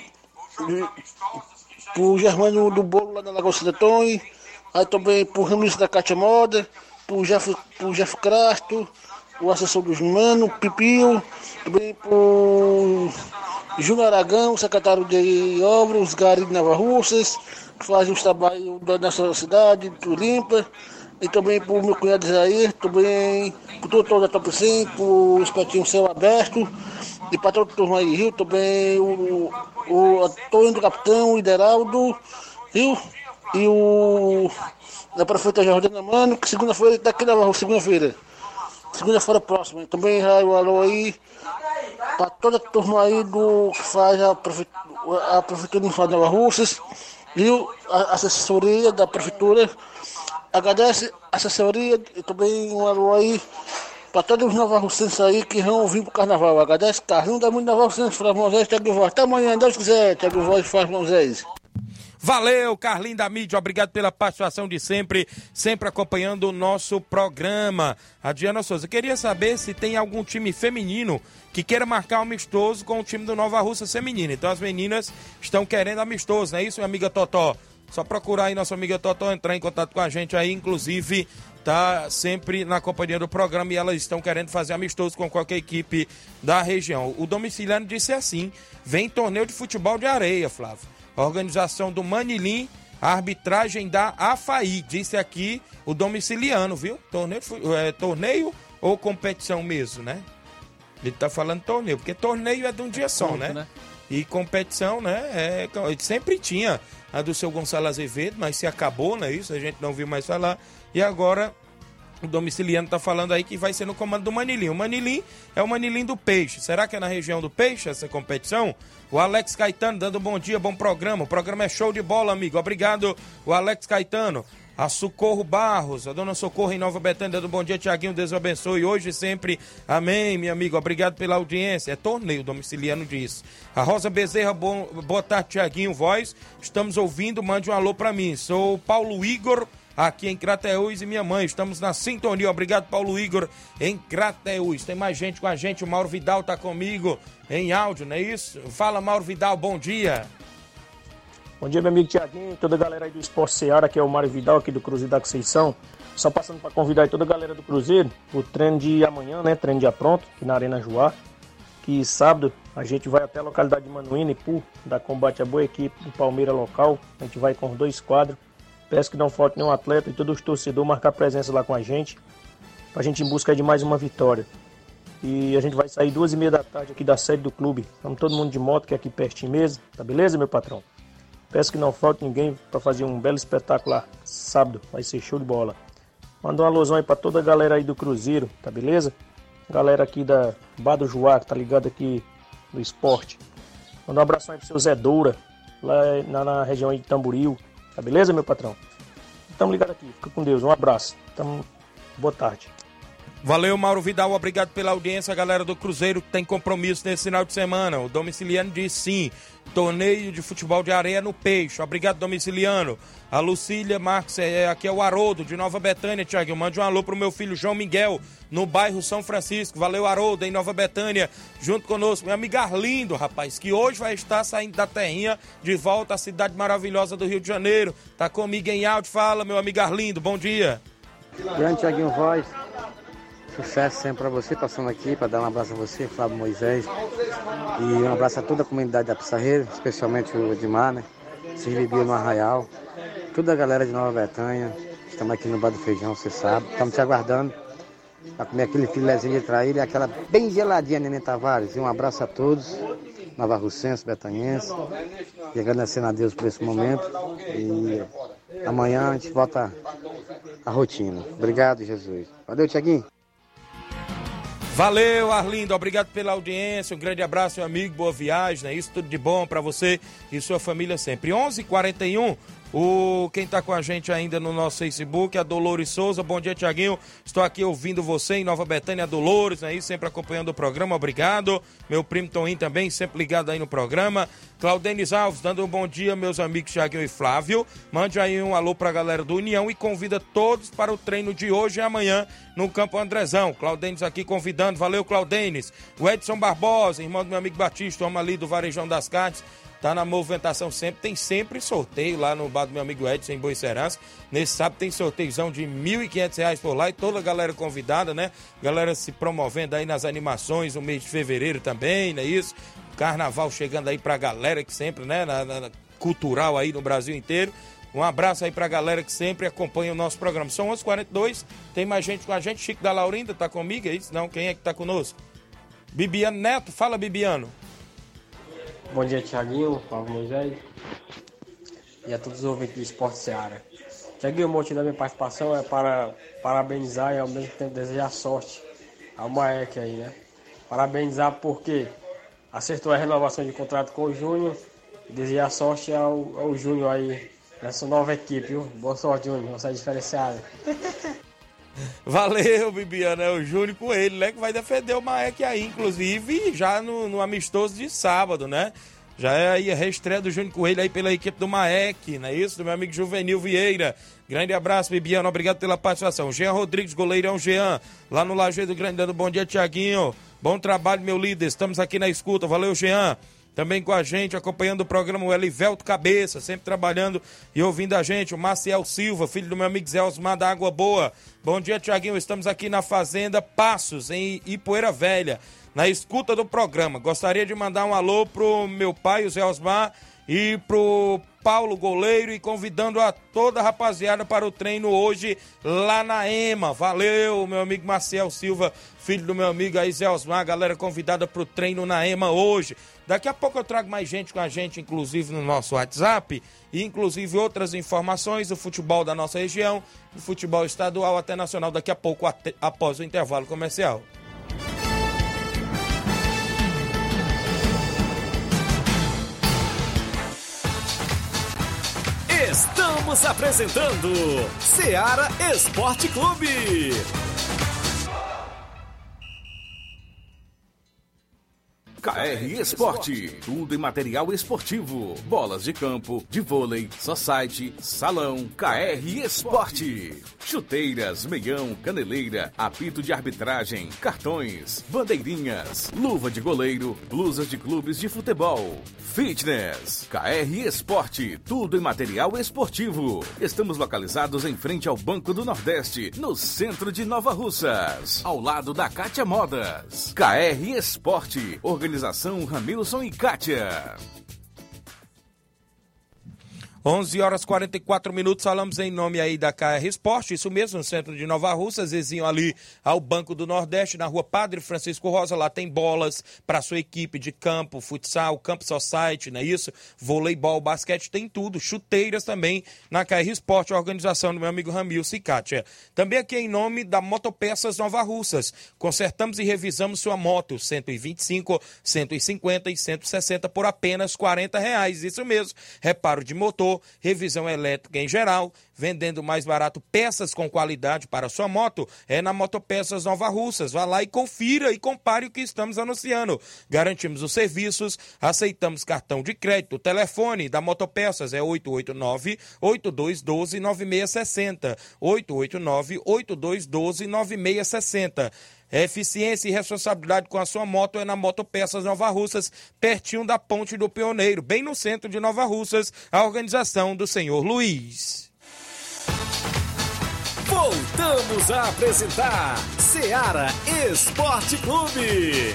pro Germano do Bolo lá na Lagoa Santo Antônio, aí também pro Ramiro da Cátia Moda, pro Jeff, pro Jeff Crasto, o assessor dos Mano, Pipio, também pro Júnior Aragão, secretário de obras, os Gari de Nova Russas, que fazem os trabalhos da nossa cidade, do Limpa, e também para o meu cunhado Isaías, também para o doutor da Top cem, para o Espetinho Céu Aberto, e para todo o turma aí, Rio, também o, o Antônio do Capitão, o Ideraldo, Rio, e o da prefeita Jordana Mano, que segunda-feira está aqui na Nova Rússia, segunda-feira. Segunda-feira próxima. Também o alô aí para toda a turma aí do que faz a prefeitura, a prefeitura de Nova Russas, viu? A assessoria da prefeitura. Agradece a assessoria e também um alô aí para todos os Nova Russenses aí que vão vir pro carnaval. Agradece Carlinho da Muito Nova Russenses, Flávio Moisés, Thiago Voz. Até amanhã, Deus quiser, Thiago Voz e Flávio Moisés. Valeu, Carlinho da mídia, obrigado pela participação de sempre, sempre acompanhando o nosso programa. A Diana Souza, queria saber se tem algum time feminino que queira marcar um amistoso com o time do Nova Russa feminino. Então as meninas estão querendo amistoso, não é isso, minha amiga Totó? Só procurar aí nossa amiga Totó, entrar em contato com a gente aí, inclusive tá sempre na companhia do programa e elas estão querendo fazer amistoso com qualquer equipe da região. O domiciliano disse assim, vem torneio de futebol de areia, Flávio. Organização do Manilim, a arbitragem da AFAI, disse aqui o domiciliano, viu? Torneio, é, torneio ou competição mesmo, né? Ele tá falando torneio, porque torneio é de um dia só, ponto, né? né? E competição, né? É, sempre tinha a do seu Gonçalo Azevedo, mas se acabou, né? Isso, a gente não viu mais falar. E agora o domiciliano tá falando aí que vai ser no comando do Manilim. O Manilim é o Manilim do Peixe. Será que é na região do Peixe essa competição? O Alex Caetano dando bom dia, bom programa. O programa é show de bola, amigo. Obrigado, o Alex Caetano. A Socorro Barros, a dona Socorro em Nova Betânia, dando bom dia, Tiaguinho, Deus abençoe. Hoje e sempre, amém, meu amigo. Obrigado pela audiência. É torneio, domiciliano diz. A Rosa Bezerra, bom, boa tarde, Tiaguinho, voz. Estamos ouvindo, mande um alô pra mim. Sou o Paulo Igor, aqui em Crateús, e minha mãe. Estamos na sintonia. Obrigado, Paulo Igor, em Crateús. Tem mais gente com a gente. O Mauro Vidal tá comigo em áudio, não é isso? Fala, Mauro Vidal, bom dia. Bom dia, meu amigo Tiaguinho, toda a galera aí do Esporte Ceará, que é o Mário Vidal, aqui do Cruzeiro da Conceição. Só passando para convidar aí toda a galera do Cruzeiro, o treino de amanhã, né? Treino dia pronto, aqui na Arena Joá. Que sábado a gente vai até a localidade de Manuína e Pu, da combate a boa equipe do Palmeiras local. A gente vai com os dois quadros. Peço que não falte nenhum atleta e todos os torcedores marcar presença lá com a gente, pra gente ir em busca de mais uma vitória. E a gente vai sair duas e meia da tarde aqui da sede do clube. Vamos todo mundo de moto, que é aqui pertinho mesmo. Tá beleza, meu patrão? Peço que não falte ninguém para fazer um belo espetáculo lá sábado. Vai ser show de bola. Manda uma alusão aí para toda a galera aí do Cruzeiro, tá beleza? galera aqui da Bar do Juá, que tá ligado aqui no esporte. Manda um abração aí pro seu Zé Doura, lá na, na região aí de Tamboril. Tá beleza, meu patrão? Tamo ligado aqui, fica com Deus, um abraço. Tamo... Boa tarde. Valeu, Mauro Vidal, obrigado pela audiência, a galera do Cruzeiro que tem compromisso nesse final de semana. O Domiciliano diz sim, torneio de futebol de areia no Peixe. Obrigado, Domiciliano. A Lucília Marques, é, aqui é o Haroldo, de Nova Betânia, Thiago. Mande um alô pro meu filho João Miguel, no bairro São Francisco. Valeu, Haroldo, em Nova Betânia, junto conosco. Meu amigo Arlindo, rapaz, que hoje vai estar saindo da terrinha de volta à cidade maravilhosa do Rio de Janeiro. Tá comigo em áudio, fala, meu amigo Arlindo, bom dia. Grande Thiaguinho Voz, sucesso sempre para você, passando aqui para dar um abraço a você, Flávio Moisés, e um abraço a toda a comunidade da Pissarreira, especialmente o Edmar, né? Silvio no Arraial, toda a galera de Nova Betânia. Estamos aqui no Bar do Feijão, você sabe, estamos te aguardando para comer aquele filézinho de traíra e aquela bem geladinha, Nenê Tavares. E um abraço a todos, Nova Russense, Betaniense, e agradecendo a Deus por esse momento. E amanhã a gente volta à rotina. Obrigado, Jesus. Valeu, Thiaguinho. Valeu, Arlindo, obrigado pela audiência, um grande abraço, meu amigo, boa viagem, né? Isso tudo de bom para você e sua família sempre. onze e quarenta e um, o, quem tá com a gente ainda no nosso Facebook é a Dolores Souza. Bom dia, Thiaguinho, estou aqui ouvindo você em Nova Betânia, Dolores, né? Sempre acompanhando o programa, obrigado. Meu primo Toninho também, sempre ligado aí no programa. Claudenis Alves, dando um bom dia, meus amigos Thiaguinho e Flávio. Mande aí um alô pra galera do União e convida todos para o treino de hoje e amanhã no Campo Andrezão. Claudenis aqui convidando, valeu, Claudenis. O Edson Barbosa, irmão do meu amigo Batista, homem ali do Varejão das Carnes, tá na movimentação sempre, tem sempre sorteio lá no bar do meu amigo Edson, em Boicerança. Nesse sábado tem sorteiozão de mil e quinhentos reais por lá e toda a galera convidada, né? Galera se promovendo aí nas animações, no mês de fevereiro também, não é isso? Carnaval chegando aí pra galera que sempre, né, na, na, cultural aí no Brasil inteiro. Um abraço aí pra galera que sempre acompanha o nosso programa. São onze e quarenta e dois, tem mais gente com a gente. Chico da Laurinda tá comigo, é isso? Não, quem é que tá conosco? Bibiano Neto, fala, Bibiano. Bom dia, Thiaguinho, Flávio Moisés e a todos os ouvintes do Esporte Seara. Thiaguinho, o motivo da minha participação é para parabenizar e ao mesmo tempo desejar sorte ao Maek aí, né? Parabenizar porque acertou a renovação de contrato com o Júnior e desejar sorte ao, ao Júnior aí nessa nova equipe, viu? Boa sorte, Júnior, você é diferenciado. Valeu, Bibiano, é o Júnior com ele, né, que vai defender o Maek aí, inclusive já no, no amistoso de sábado, né? Já é aí a reestreia do Júnior Coelho aí pela equipe do Maek, não é isso? Do meu amigo Juvenil Vieira. Grande abraço, Bibiano, obrigado pela participação. Jean Rodrigues, goleirão Jean, lá no Lajeado Grande, dando bom dia, Thiaguinho. Bom trabalho, meu líder, estamos aqui na escuta, valeu, Jean. Também com a gente, acompanhando o programa, o Elivelto Cabeça, sempre trabalhando e ouvindo a gente. O Maciel Silva, filho do meu amigo Zé Osmar da Água Boa. Bom dia, Thiaguinho. Estamos aqui na Fazenda Passos, em Ipueira Velha, na escuta do programa. Gostaria de mandar um alô pro meu pai, o Zé Osmar, e pro Paulo Goleiro, e convidando a toda a rapaziada para o treino hoje lá na EMA. Valeu, meu amigo Maciel Silva, filho do meu amigo aí, Zé Osmar, galera convidada para o treino na EMA hoje. Daqui a pouco eu trago mais gente com a gente, inclusive no nosso WhatsApp, e inclusive outras informações do futebol da nossa região, do futebol estadual até nacional, daqui a pouco, até, após o intervalo comercial. Estamos apresentando Seara Esporte Clube. K R Esporte, tudo em material esportivo, bolas de campo, de vôlei, society, salão, K R Esporte, chuteiras, meião, caneleira, apito de arbitragem, cartões, bandeirinhas, luva de goleiro, blusas de clubes de futebol, fitness, K R Esporte, tudo em material esportivo. Estamos localizados em frente ao Banco do Nordeste, no centro de Nova Russas, ao lado da Kátia Modas. K R Esporte, organização Organização Ramilson e Kátia. onze horas e quarenta e quatro minutos, falamos em nome aí da K R Sport, isso mesmo, no centro de Nova Russas, vizinho ali ao Banco do Nordeste, na rua Padre Francisco Rosa, lá tem bolas para sua equipe de campo, futsal, campo society, não é isso? Voleibol, basquete, tem tudo, chuteiras também na K R Sport, a organização do meu amigo Ramil Cicatia. Também aqui em nome da Motopeças Nova Russas, consertamos e revisamos sua moto, cento e vinte e cinco, cento e cinquenta e cento e sessenta por apenas quarenta reais, isso mesmo, reparo de motor, revisão elétrica em geral, vendendo mais barato peças com qualidade para sua moto, é na Motopeças Nova Russas. Vá lá e confira e compare o que estamos anunciando. Garantimos os serviços, aceitamos cartão de crédito. O telefone da Motopeças é oito oito nove, oito dois um dois, nove seis seis zero, oito oito nove, oito dois um dois, nove seis seis zero. Eficiência e responsabilidade com a sua moto é na Motopeças Nova Russas, pertinho da Ponte do Pioneiro, bem no centro de Nova Russas, a organização do senhor Luiz. Voltamos a apresentar Seara Esporte Clube.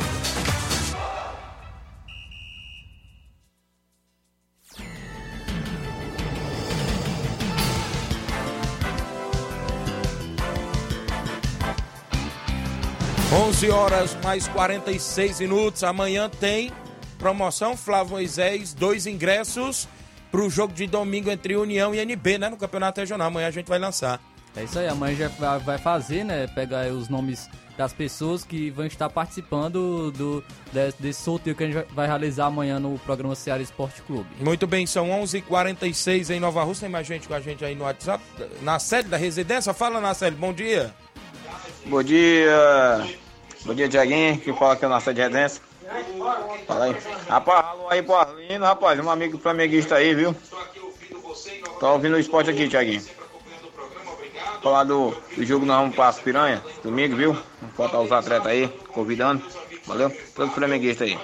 onze horas mais quarenta e seis minutos. Amanhã tem promoção Flávio Moisés, dois ingressos para o jogo de domingo entre União e N B, né? No Campeonato Regional. Amanhã a gente vai lançar. É isso aí, amanhã já vai fazer, né? Pegar os nomes das pessoas que vão estar participando do, desse sorteio que a gente vai realizar amanhã no programa Seara Esporte Clube. Muito bem, são onze e quarenta e seis em Nova Russa. Tem mais gente com a gente aí no WhatsApp. Na sede da residência, fala na sede, bom dia. Bom dia, bom dia, Tiaguinho, que fala aqui na sede de residência. Fala aí. Rapaz, alô aí pro Arlindo, rapaz, um amigo flamenguista aí, viu? Tá ouvindo o esporte aqui, Tiaguinho. Falar do, do jogo nós vamos para as Piranha, domingo, viu? Vamos botar os atletas aí, convidando. Valeu? Todo flamenguista aí.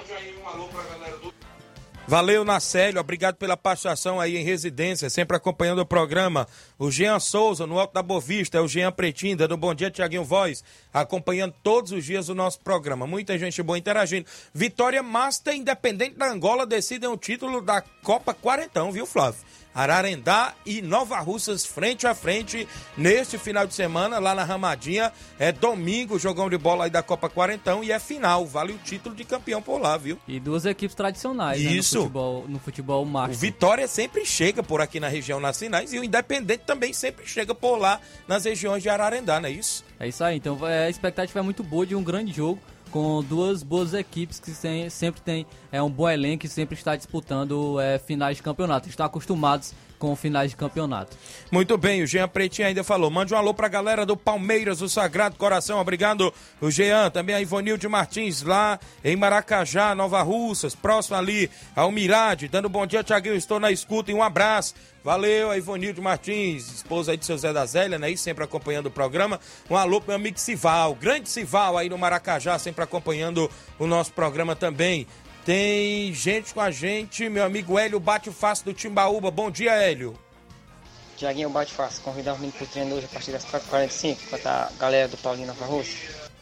Valeu, Nacélio, obrigado pela participação aí em residência, sempre acompanhando o programa. O Jean Souza, no Alto da Bovista, é o Jean Pretinho, dando um bom dia, Tiaguinho Voz, acompanhando todos os dias o nosso programa. Muita gente boa interagindo. Vitória Master, Independente da Angola, decidem o título da Copa Quarentão, viu, Flávio? Ararendá e Nova Russas frente a frente neste final de semana lá na Ramadinha. É domingo, jogão de bola aí da Copa Quarentão e é final, vale o título de campeão por lá, viu? E duas equipes tradicionais, isso, né, no futebol, no futebol máximo. O Vitória sempre chega por aqui na região nas finais e o Independente também sempre chega por lá nas regiões de Ararendá, não é isso? É isso aí, então a expectativa é muito boa de um grande jogo, com duas boas equipes que tem, sempre tem é, um bom elenco e sempre está disputando é, finais de campeonato. Estão acostumados com finais de campeonato. Muito bem, o Jean Pretinho ainda falou. Mande um alô pra galera do Palmeiras, do Sagrado Coração. Obrigado, o Jean. Também a Ivonilde Martins, lá em Maracajá, Nova Russas, próximo ali ao Mirade. Dando bom dia, Thiaguinho. Estou na escuta e um abraço. Valeu, a Ivonilde Martins, esposa aí de seu Zé da Zélia, né? E sempre acompanhando o programa. Um alô pro meu amigo Sival, grande Sival aí no Maracajá, sempre acompanhando o nosso programa também. Tem gente com a gente, meu amigo Hélio Bate-Fácil do Timbaúba. Bom dia, Hélio. Tiaguinho Bate-Fácil, convidar o menino pro treino hoje a partir das quatro e quarenta e cinco, enquanto a galera do Paulinho Nova Russa.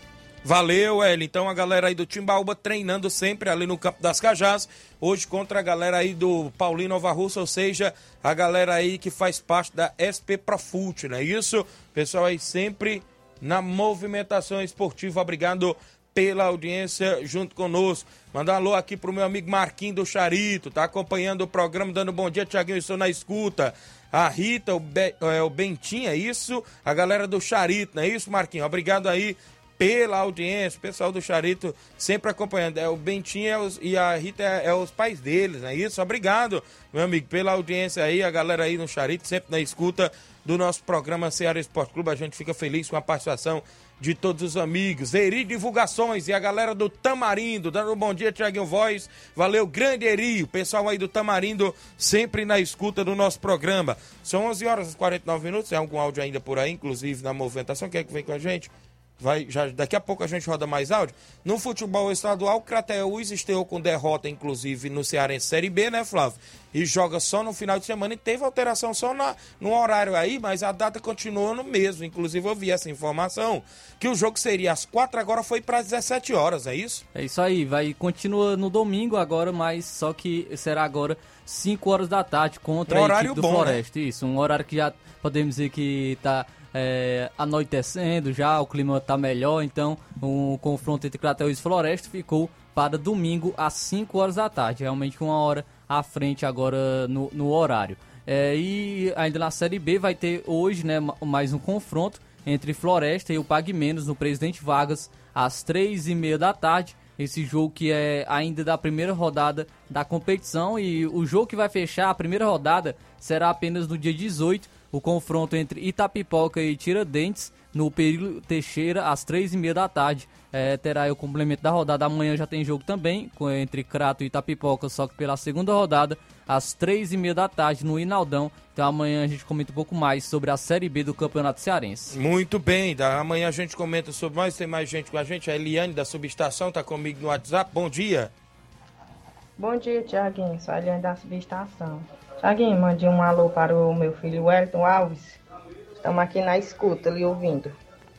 Valeu, Hélio. Então a galera aí do Timbaúba treinando sempre ali no Campo das Cajás. Hoje contra a galera aí do Paulinho Nova Russa, ou seja, a galera aí que faz parte da S P Profute, não é isso? Pessoal aí sempre na movimentação esportiva. Obrigado pela audiência junto conosco. Mandar um alô aqui pro meu amigo Marquinho do Charito, tá acompanhando o programa, dando bom dia, Tiaguinho, estou na escuta. A Rita, o, Be, é, o Bentinho, é isso? A galera do Charito, não é isso, Marquinho? Obrigado aí pela audiência, o pessoal do Charito sempre acompanhando. É, o Bentinho é os, e a Rita é, é os pais deles, não é isso? Obrigado, meu amigo, pela audiência aí, a galera aí no Charito, sempre na escuta do nosso programa Seara Esporte Clube. A gente fica feliz com a participação de todos os amigos. Eri Divulgações e a galera do Tamarindo, dando um bom dia, Tiaguinho Voz. Valeu, grande Eri, o pessoal aí do Tamarindo, sempre na escuta do nosso programa. São onze horas e quarenta e nove minutos, tem algum áudio ainda por aí, inclusive na movimentação. Quem é que vem com a gente? vai, já, daqui a pouco a gente roda mais áudio. No futebol estadual, o Crateús estreou com derrota, inclusive, no Cearense Série B, né, Flávio? E joga só no final de semana e teve alteração só na, no horário aí, mas a data continua no mesmo. Inclusive, eu vi essa informação, que o jogo seria às quatro, agora foi para as dezessete horas, é isso? É isso aí, vai, continua no domingo agora, mas só que será agora cinco horas da tarde contra um a horário equipe do bom, Floresta. Né? Isso, um horário que já podemos dizer que está é, anoitecendo já, o clima está melhor, então o confronto entre Crateús e Floresta ficou para domingo às cinco horas da tarde, realmente uma hora à frente agora no, no horário. É, e ainda na Série B vai ter hoje, né, mais um confronto entre Floresta e o Pague Menos no Presidente Vargas às três e meia da tarde. Esse jogo que é ainda da primeira rodada da competição, e o jogo que vai fechar a primeira rodada será apenas no dia dezoito, o confronto entre Itapipoca e Tiradentes no Período Teixeira às três e meia da tarde. É, terá aí o complemento da rodada. Amanhã já tem jogo também com, entre Crato e Itapipoca, só que pela segunda rodada às três e meia da tarde no Inaldão. Então amanhã a gente comenta um pouco mais sobre a Série B do Campeonato Cearense. Muito bem, da, amanhã a gente comenta sobre mais, tem mais gente com a gente. A Eliane da Subestação está comigo no WhatsApp. Bom dia. Bom dia, Tiaguinho. Sou a Eliane da Subestação. Tiaguinho, mande um alô para o meu filho Wellington Alves. Estamos aqui na escuta, ali ouvindo.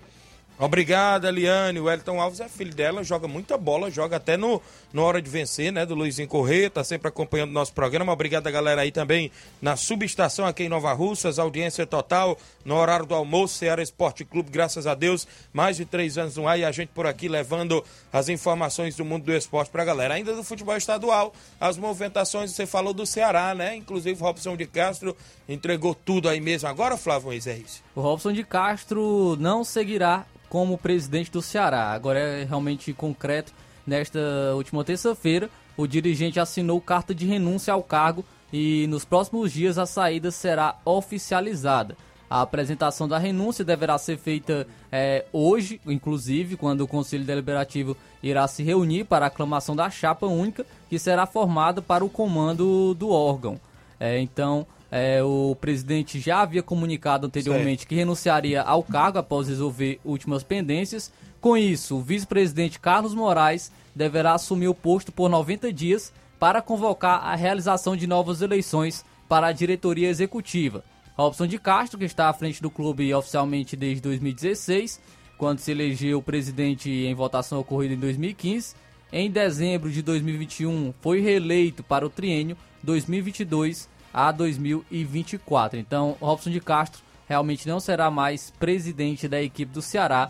Obrigado, Eliane. O Wellington Alves é filho dela, joga muita bola, joga até no, no Hora de Vencer, né, do Luizinho Corrêa, tá sempre acompanhando o nosso programa. Obrigado a galera aí também na Subestação aqui em Nova Russas, audiência total no horário do almoço, Ceará Esporte Clube, graças a Deus, mais de três anos no ar e a gente por aqui levando as informações do mundo do esporte pra galera. Ainda do futebol estadual, as movimentações, você falou do Ceará, né, inclusive o Robson de Castro entregou tudo aí mesmo agora, Flávio Moisés. O Robson de Castro não seguirá como presidente do Ceará. Agora é realmente concreto. Nesta última terça-feira, o dirigente assinou carta de renúncia ao cargo e nos próximos dias a saída será oficializada. A apresentação da renúncia deverá ser feita é, hoje, inclusive, quando o Conselho Deliberativo irá se reunir para a aclamação da chapa única, que será formada para o comando do órgão. É, então, É, o presidente já havia comunicado anteriormente certo. que renunciaria ao cargo após resolver últimas pendências. Com isso, o vice-presidente Carlos Moraes deverá assumir o posto por noventa dias para convocar a realização de novas eleições para a diretoria executiva. Robson de Castro, que está à frente do clube oficialmente desde dois mil e dezesseis, quando se elegeu o presidente em votação ocorrida em dois mil e quinze, em dezembro de dois mil e vinte e um foi reeleito para o triênio dois mil e vinte e dois a dois mil e vinte e quatro. Então, Robson de Castro realmente não será mais presidente da equipe do Ceará,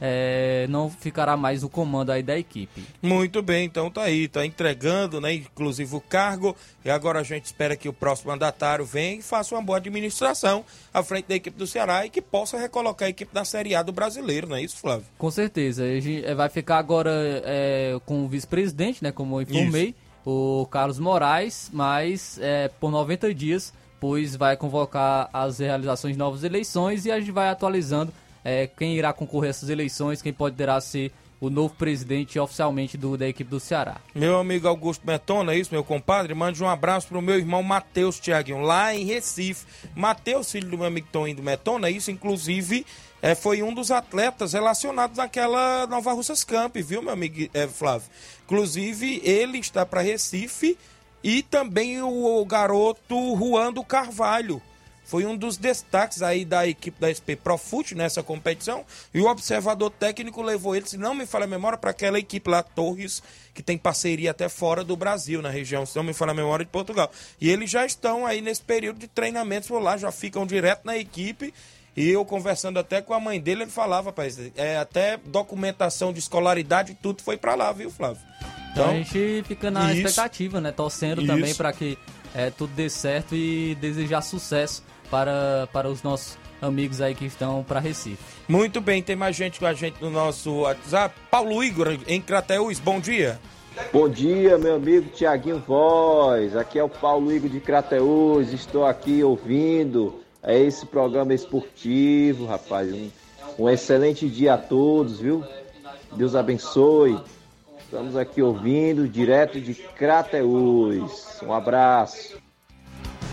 é, não ficará mais no comando aí da equipe. Muito bem, então tá aí, tá entregando, né, inclusive o cargo, e agora a gente espera que o próximo mandatário venha e faça uma boa administração à frente da equipe do Ceará e que possa recolocar a equipe na Série A do Brasileiro, não é isso, Flávio? Com certeza, a gente vai ficar agora é, com o vice-presidente, né, como eu informei, isso. O Carlos Moraes, mas é, por noventa dias, pois vai convocar as realizações de novas eleições e a gente vai atualizando é, quem irá concorrer a essas eleições, quem poderá ser o novo presidente oficialmente do, da equipe do Ceará. Meu amigo Augusto Metona, é isso, meu compadre? Mande um abraço pro meu irmão Matheus Thiaguinho, lá em Recife. Matheus, filho do meu amigo Toninho do Metona, isso, inclusive, é, foi um dos atletas relacionados naquela Nova Russas Camp, viu, meu amigo é, Flávio? Inclusive, ele está para Recife e também o, o garoto Juan do Carvalho. Foi um dos destaques aí da equipe da S P Profute nessa competição. E o observador técnico levou ele, se não me falha a memória, para aquela equipe lá, Torres, que tem parceria até fora do Brasil, na região, se não me falha a memória, de Portugal. E eles já estão aí nesse período de treinamentos por lá, já ficam direto na equipe. E eu conversando até com a mãe dele, ele falava, rapaz, é, até documentação de escolaridade e tudo foi para lá, viu, Flávio? Então, a gente fica na isso, expectativa, né? Torcendo isso. também para que é, tudo dê certo e desejar sucesso para, para os nossos amigos aí que estão para Recife. Muito bem, tem mais gente com a gente no nosso WhatsApp. Paulo Igor, em Crateús, bom dia. Bom dia, meu amigo Tiaguinho Voz. Aqui é o Paulo Igor de Crateús. Estou aqui ouvindo é esse programa esportivo, rapaz. Um, um excelente dia a todos, viu? Deus abençoe. Estamos aqui ouvindo direto de Crateús. Um abraço.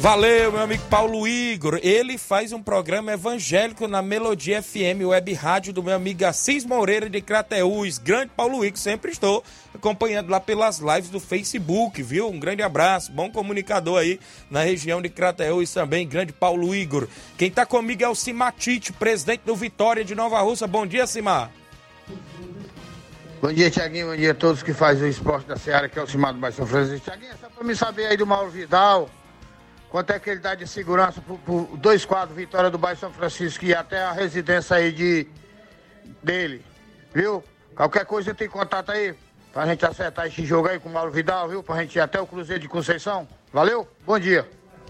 Valeu, meu amigo Paulo Igor. Ele faz um programa evangélico na Melodia F M, web rádio do meu amigo Assis Moreira de Crateús. Grande Paulo Igor, sempre estou acompanhando lá pelas lives do Facebook, viu? Um grande abraço, bom comunicador aí na região de Crateús também, grande Paulo Igor. Quem tá comigo é o Simatite, presidente do Vitória de Nova Russa. Bom dia, Simar. Bom dia, Tiaguinho. Bom dia a todos que fazem o esporte da Seara, que é o Simar do Bairro São Francisco. Tiaguinho, só pra me saber aí do Mauro Vidal, quanto é que ele dá de segurança por, por dois quadros Vitória do Bairro São Francisco e até a residência aí de, dele, viu? Qualquer coisa tem contato aí pra gente acertar esse jogo aí com o Mauro Vidal, viu? Pra gente ir até o Cruzeiro de Conceição. Valeu? Bom dia.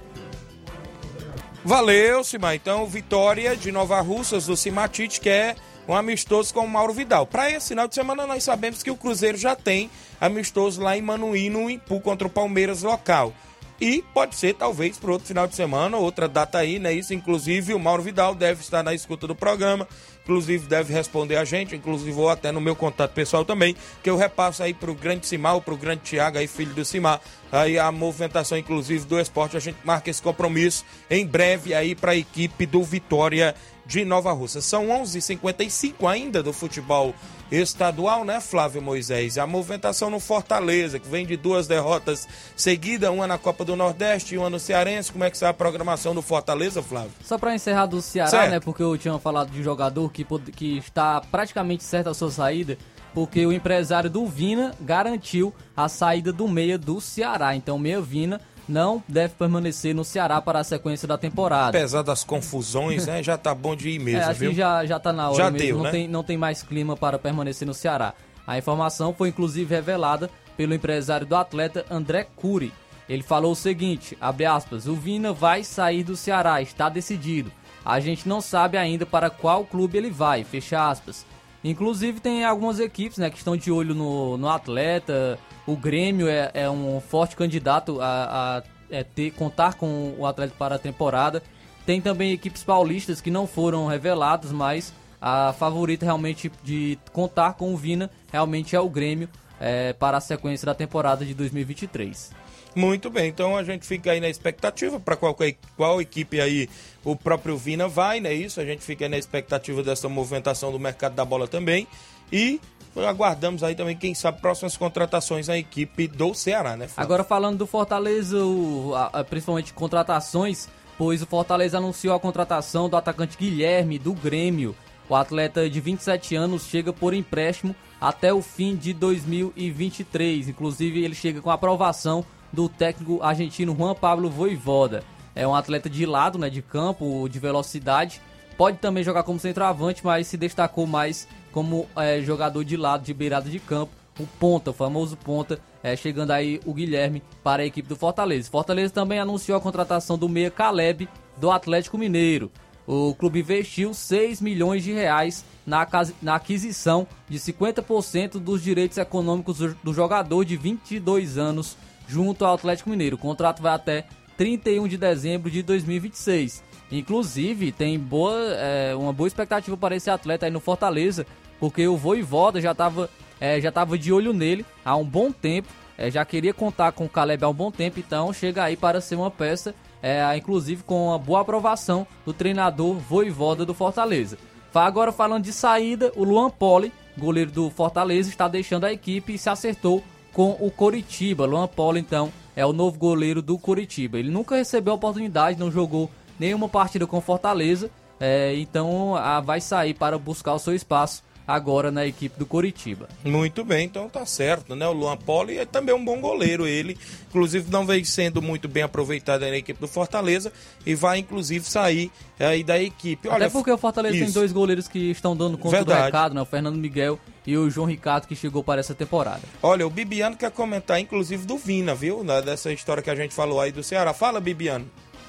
Valeu, Simar. Então, Vitória de Nova Russas do Simatite, que é um amistoso com o Mauro Vidal. Para esse final de semana, nós sabemos que o Cruzeiro já tem amistoso lá em Manuí, no Impu, contra o Palmeiras local. E pode ser, talvez, para outro final de semana, outra data aí, né? Isso, inclusive, o Mauro Vidal deve estar na escuta do programa, inclusive deve responder a gente, inclusive vou até no meu contato pessoal também, que eu repasso aí pro grande Simar, ou pro grande Thiago, aí, filho do Simar, aí a movimentação, inclusive, do esporte. A gente marca esse compromisso em breve aí para a equipe do Vitória de Nova Russa. São onze e cinquenta e cinco ainda do futebol estadual, né, Flávio Moisés? A movimentação no Fortaleza, que vem de duas derrotas seguidas, uma na Copa do Nordeste e uma no Cearense. Como é que está a programação do Fortaleza, Flávio? Só para encerrar do Ceará, certo, né, porque eu tinha falado de um jogador que, que está praticamente certo a sua saída, porque o empresário do Vina garantiu a saída do meia do Ceará. Então, o meia Vina não deve permanecer no Ceará para a sequência da temporada. Apesar das confusões, né? Já tá bom de ir mesmo, é, acho viu? que já, já tá na hora já mesmo. Deu, não, né? tem, não tem mais clima para permanecer no Ceará. A informação foi inclusive revelada pelo empresário do atleta André Cury. Ele falou o seguinte, abre aspas, o Vina vai sair do Ceará, está decidido. A gente não sabe ainda para qual clube ele vai, fecha aspas. Inclusive tem algumas equipes, né, que estão de olho no, no atleta. O Grêmio é, é um forte candidato a, a é, ter, contar com o atleta para a temporada. Tem também equipes paulistas que não foram reveladas, mas a favorita realmente de contar com o Vina realmente é o Grêmio é, para a sequência da temporada de dois mil e vinte e três. Muito bem, então a gente fica aí na expectativa para qual, qual equipe aí o próprio Vina vai, né? Isso, a gente fica aí na expectativa dessa movimentação do mercado da bola também. E aguardamos aí também, quem sabe, próximas contratações na equipe do Ceará, né, Flávio? Agora falando do Fortaleza, o, a, a, principalmente contratações, pois o Fortaleza anunciou a contratação do atacante Guilherme do Grêmio. O atleta de vinte e sete anos chega por empréstimo até o fim de dois mil e vinte e três. Inclusive, ele chega com a aprovação do técnico argentino Juan Pablo Voivoda. É um atleta de lado, né, de campo, de velocidade. Pode também jogar como centroavante, mas se destacou mais como é, jogador de lado, de beirada de campo. O ponta, o famoso ponta, é, chegando aí o Guilherme para a equipe do Fortaleza. Fortaleza também anunciou a contratação do meia Caleb do Atlético Mineiro. O clube investiu seis milhões de reais na, na aquisição de cinquenta por cento dos direitos econômicos do jogador de vinte e dois anos junto ao Atlético Mineiro. O contrato vai até trinta e um de dezembro de dois mil e vinte e seis. Inclusive, tem boa, é, uma boa expectativa para esse atleta aí no Fortaleza, porque o Voivoda já estava é, já estava de olho nele há um bom tempo, é, já queria contar com o Caleb há um bom tempo, então chega aí para ser uma peça, é, inclusive com uma boa aprovação do treinador Voivoda do Fortaleza. Agora falando de saída, o Luan Poli, goleiro do Fortaleza, está deixando a equipe e se acertou com o Coritiba. Luan Poli, então, é o novo goleiro do Coritiba. Ele nunca recebeu a oportunidade, não jogou nenhuma partida com Fortaleza, é, então a, vai sair para buscar o seu espaço agora na equipe do Coritiba. Muito bem, então tá certo, né? O Luan Poli é também um bom goleiro, ele inclusive não vem sendo muito bem aproveitado na equipe do Fortaleza e vai inclusive sair aí da equipe. Olha, até porque o Fortaleza isso. tem dois goleiros que estão dando conta Verdade. do recado, né? O Fernando Miguel e o João Ricardo, que chegou para essa temporada. Olha, o Bibiano quer comentar inclusive do Vina, viu? Dessa história que a gente falou aí do Ceará. Fala, Bibiano.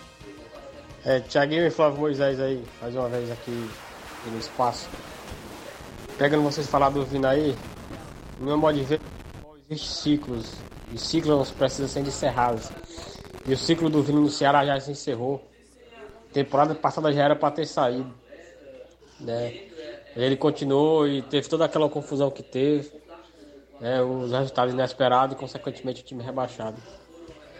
É, Thiaguinho e Flávio Moisés aí, mais uma vez aqui no espaço. Pegando vocês falar do Vina aí, no meu modo de ver, existem ciclos, e ciclos precisam ser encerrados. E o ciclo do Vina no Ceará já se encerrou. Temporada passada já era para ter saído, né? Ele continuou e teve toda aquela confusão que teve, né? Os resultados inesperados e, consequentemente, o time rebaixado.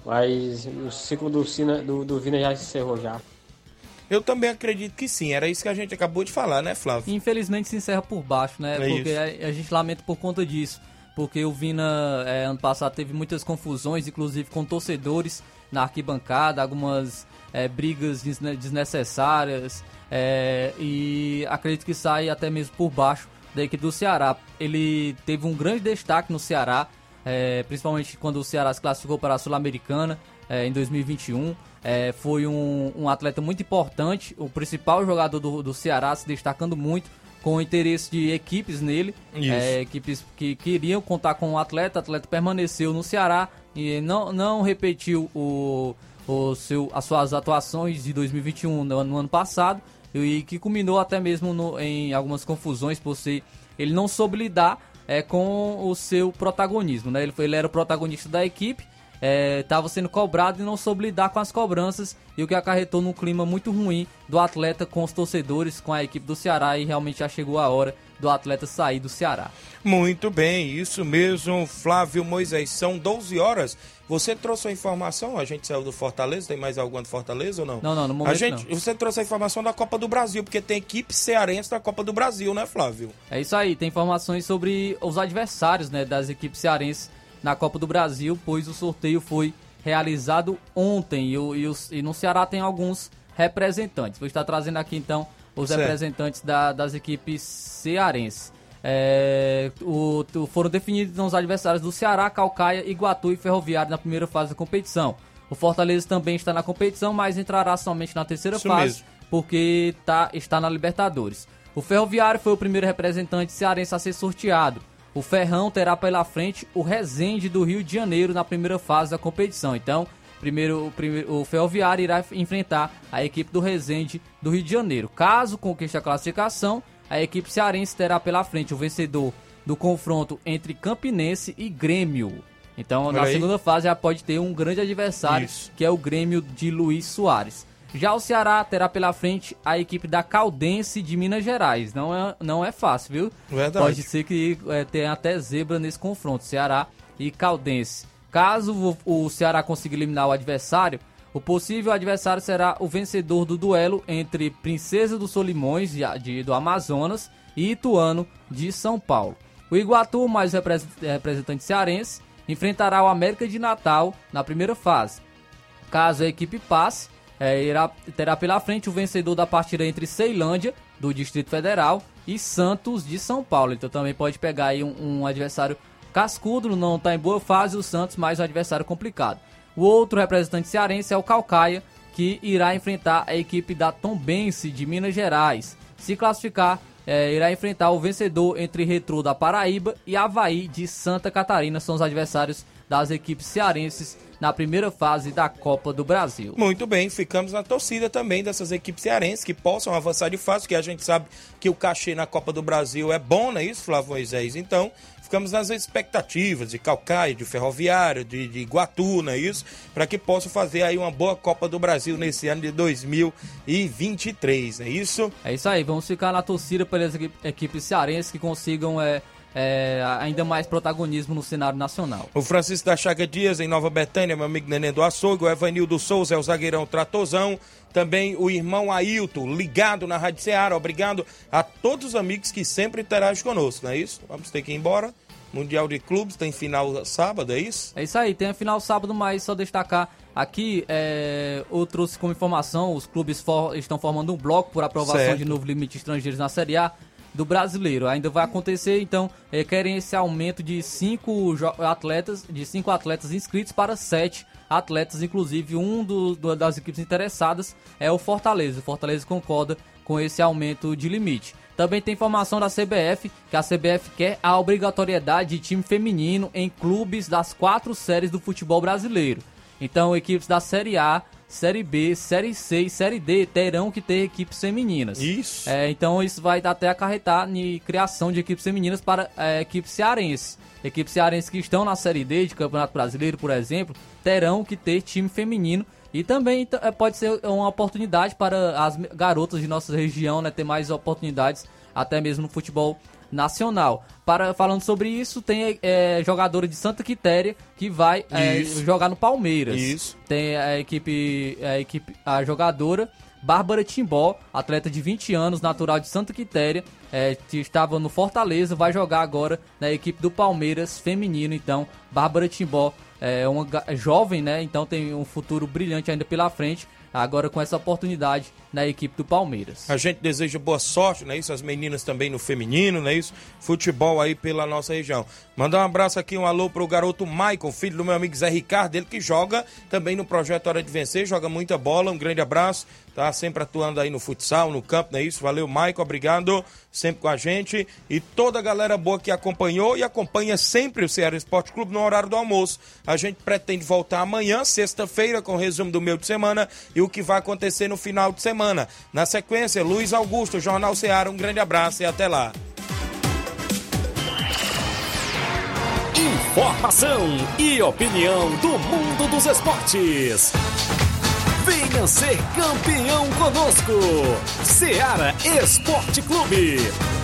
Mas o ciclo do, Sina, do, do Vina já se encerrou já. Eu também acredito que sim, era isso que a gente acabou de falar, né, Flávio? Infelizmente se encerra por baixo, né? É porque a, a gente lamenta por conta disso. Porque o Vina, é, ano passado, teve muitas confusões, inclusive com torcedores na arquibancada, algumas é, brigas desnecessárias, é, e acredito que sai até mesmo por baixo da equipe do Ceará. Ele teve um grande destaque no Ceará, é, principalmente quando o Ceará se classificou para a Sul-Americana é, em dois mil e vinte e um. É, foi um, um atleta muito importante, o principal jogador do, do Ceará, se destacando muito, com o interesse de equipes nele, é, equipes que queriam contar com o atleta. O atleta permaneceu no Ceará e não, não repetiu o, o seu, as suas atuações de dois mil e vinte e um no, no ano passado, e que culminou até mesmo no, em algumas confusões por ser, ele não soube lidar é, com o seu protagonismo, né? Ele, foi, ele era o protagonista da equipe, estava é, sendo cobrado e não soube lidar com as cobranças, e o que acarretou num clima muito ruim do atleta com os torcedores, com a equipe do Ceará, e realmente já chegou a hora do atleta sair do Ceará. Muito bem, isso mesmo, Flávio Moisés, são doze horas. Você trouxe a informação, a gente saiu do Fortaleza, tem mais alguma do Fortaleza ou não? Não, não, no momento a gente, não. Você trouxe a informação da Copa do Brasil, porque tem equipe cearense da Copa do Brasil, né, Flávio? É isso aí, tem informações sobre os adversários, né, das equipes cearenses na Copa do Brasil, pois o sorteio foi realizado ontem e, o, e, os, e no Ceará tem alguns representantes. Vou estar trazendo aqui então os certo. representantes da, das equipes cearenses. É, o, o, foram definidos os adversários do Ceará, Caucaia, Iguatu e Ferroviário na primeira fase da competição. O Fortaleza também está na competição, mas entrará somente na terceira Isso fase, mesmo. porque tá, está na Libertadores. O Ferroviário foi o primeiro representante cearense a ser sorteado. O Ferrão terá pela frente o Resende do Rio de Janeiro na primeira fase da competição. Então, primeiro, o, primeiro, o Ferroviário irá enfrentar a equipe do Resende do Rio de Janeiro. Caso conquiste a classificação, a equipe cearense terá pela frente o vencedor do confronto entre Campinense e Grêmio. Então, Olha na aí. segunda fase já pode ter um grande adversário, Isso. que é o Grêmio de Luiz Soares. Já o Ceará terá pela frente a equipe da Caldense de Minas Gerais. Não é, não é fácil, viu? Verdade. Pode ser que é, tenha até zebra nesse confronto, Ceará e Caldense. Caso o, o Ceará consiga eliminar o adversário, o possível adversário será o vencedor do duelo entre Princesa dos Solimões, de, de, do Amazonas, e Ituano, de São Paulo. O Iguatu, mais representante cearense, enfrentará o América de Natal na primeira fase. Caso a equipe passe, É, irá, terá pela frente o vencedor da partida entre Ceilândia, do Distrito Federal, e Santos, de São Paulo. Então também pode pegar aí um, um adversário cascudo, não está em boa fase o Santos, mas um adversário complicado. O outro representante cearense é o Caucaia, que irá enfrentar a equipe da Tombense, de Minas Gerais. Se classificar, é, irá enfrentar o vencedor entre Retrô da Paraíba e Avaí, de Santa Catarina. São os adversários das equipes cearenses na primeira fase da Copa do Brasil. Muito bem, ficamos na torcida também dessas equipes cearenses que possam avançar de fase, porque a gente sabe que o cachê na Copa do Brasil é bom, não é isso, Flávio Moisés? Então, ficamos nas expectativas de Caucaia, de Ferroviário, de, de Iguatu, não é isso? Para que possam fazer aí uma boa Copa do Brasil nesse ano de dois mil e vinte e três, não é isso? É isso aí, vamos ficar na torcida pelas equipes cearenses que consigam... É... É, ainda mais protagonismo no cenário nacional. O Francisco da Chaga Dias, em Nova Betânia, meu amigo Nenê do Açougue, o Evanildo Souza é o zagueirão Tratozão, também o irmão Ailton, ligado na Rádio Ceará. Obrigado a todos os amigos que sempre interagem conosco, não é isso? Vamos ter que ir embora. Mundial de Clubes tem final sábado, é isso? É isso aí, tem a final sábado, mas só destacar aqui, é, eu trouxe como informação, os clubes for, estão formando um bloco por aprovação certo. de novo limite de estrangeiros na Série A do Brasileiro. Ainda vai acontecer, então, é, querem esse aumento de cinco atletas, de cinco atletas inscritos para sete atletas, inclusive um do, do, das equipes interessadas é o Fortaleza. O Fortaleza concorda com esse aumento de limite. Também tem informação da C B F, que a C B F quer a obrigatoriedade de time feminino em clubes das quatro séries do futebol brasileiro. Então, equipes da Série A, Série B, Série C e Série D terão que ter equipes femininas. Isso. É, então isso vai até acarretar em criação de equipes femininas para é, equipes cearenses. Equipes cearenses que estão na Série D de Campeonato Brasileiro, por exemplo, terão que ter time feminino. E também é, pode ser uma oportunidade para as garotas de nossa região, né, ter mais oportunidades, até mesmo no futebol nacional. Para, falando sobre isso, tem é, jogadora de Santa Quitéria que vai é, jogar no Palmeiras. Isso. Tem a equipe, a equipe, a jogadora Bárbara Timbó, atleta de vinte anos, natural de Santa Quitéria, é, que estava no Fortaleza, vai jogar agora na equipe do Palmeiras feminino. Então, Bárbara Timbó é uma jovem, né? Então tem um futuro brilhante ainda pela frente, agora com essa oportunidade na equipe do Palmeiras. A gente deseja boa sorte, não é isso? As meninas também no feminino, não é isso? Futebol aí pela nossa região. Mandar um abraço aqui, um alô pro garoto Maicon, filho do meu amigo Zé Ricardo, ele que joga também no Projeto Hora de Vencer, joga muita bola, um grande abraço, tá sempre atuando aí no futsal, no campo, não é isso? Valeu, Maicon, obrigado, sempre com a gente, e toda a galera boa que acompanhou e acompanha sempre o Ceará Esporte Clube no horário do almoço. A gente pretende voltar amanhã, sexta-feira, com o resumo do meio de semana e o que vai acontecer no final de semana. Na sequência, Luiz Augusto, Jornal Ceará, um grande abraço e até lá. Informação e opinião do mundo dos esportes. Venha ser campeão conosco. Ceará Esporte Clube.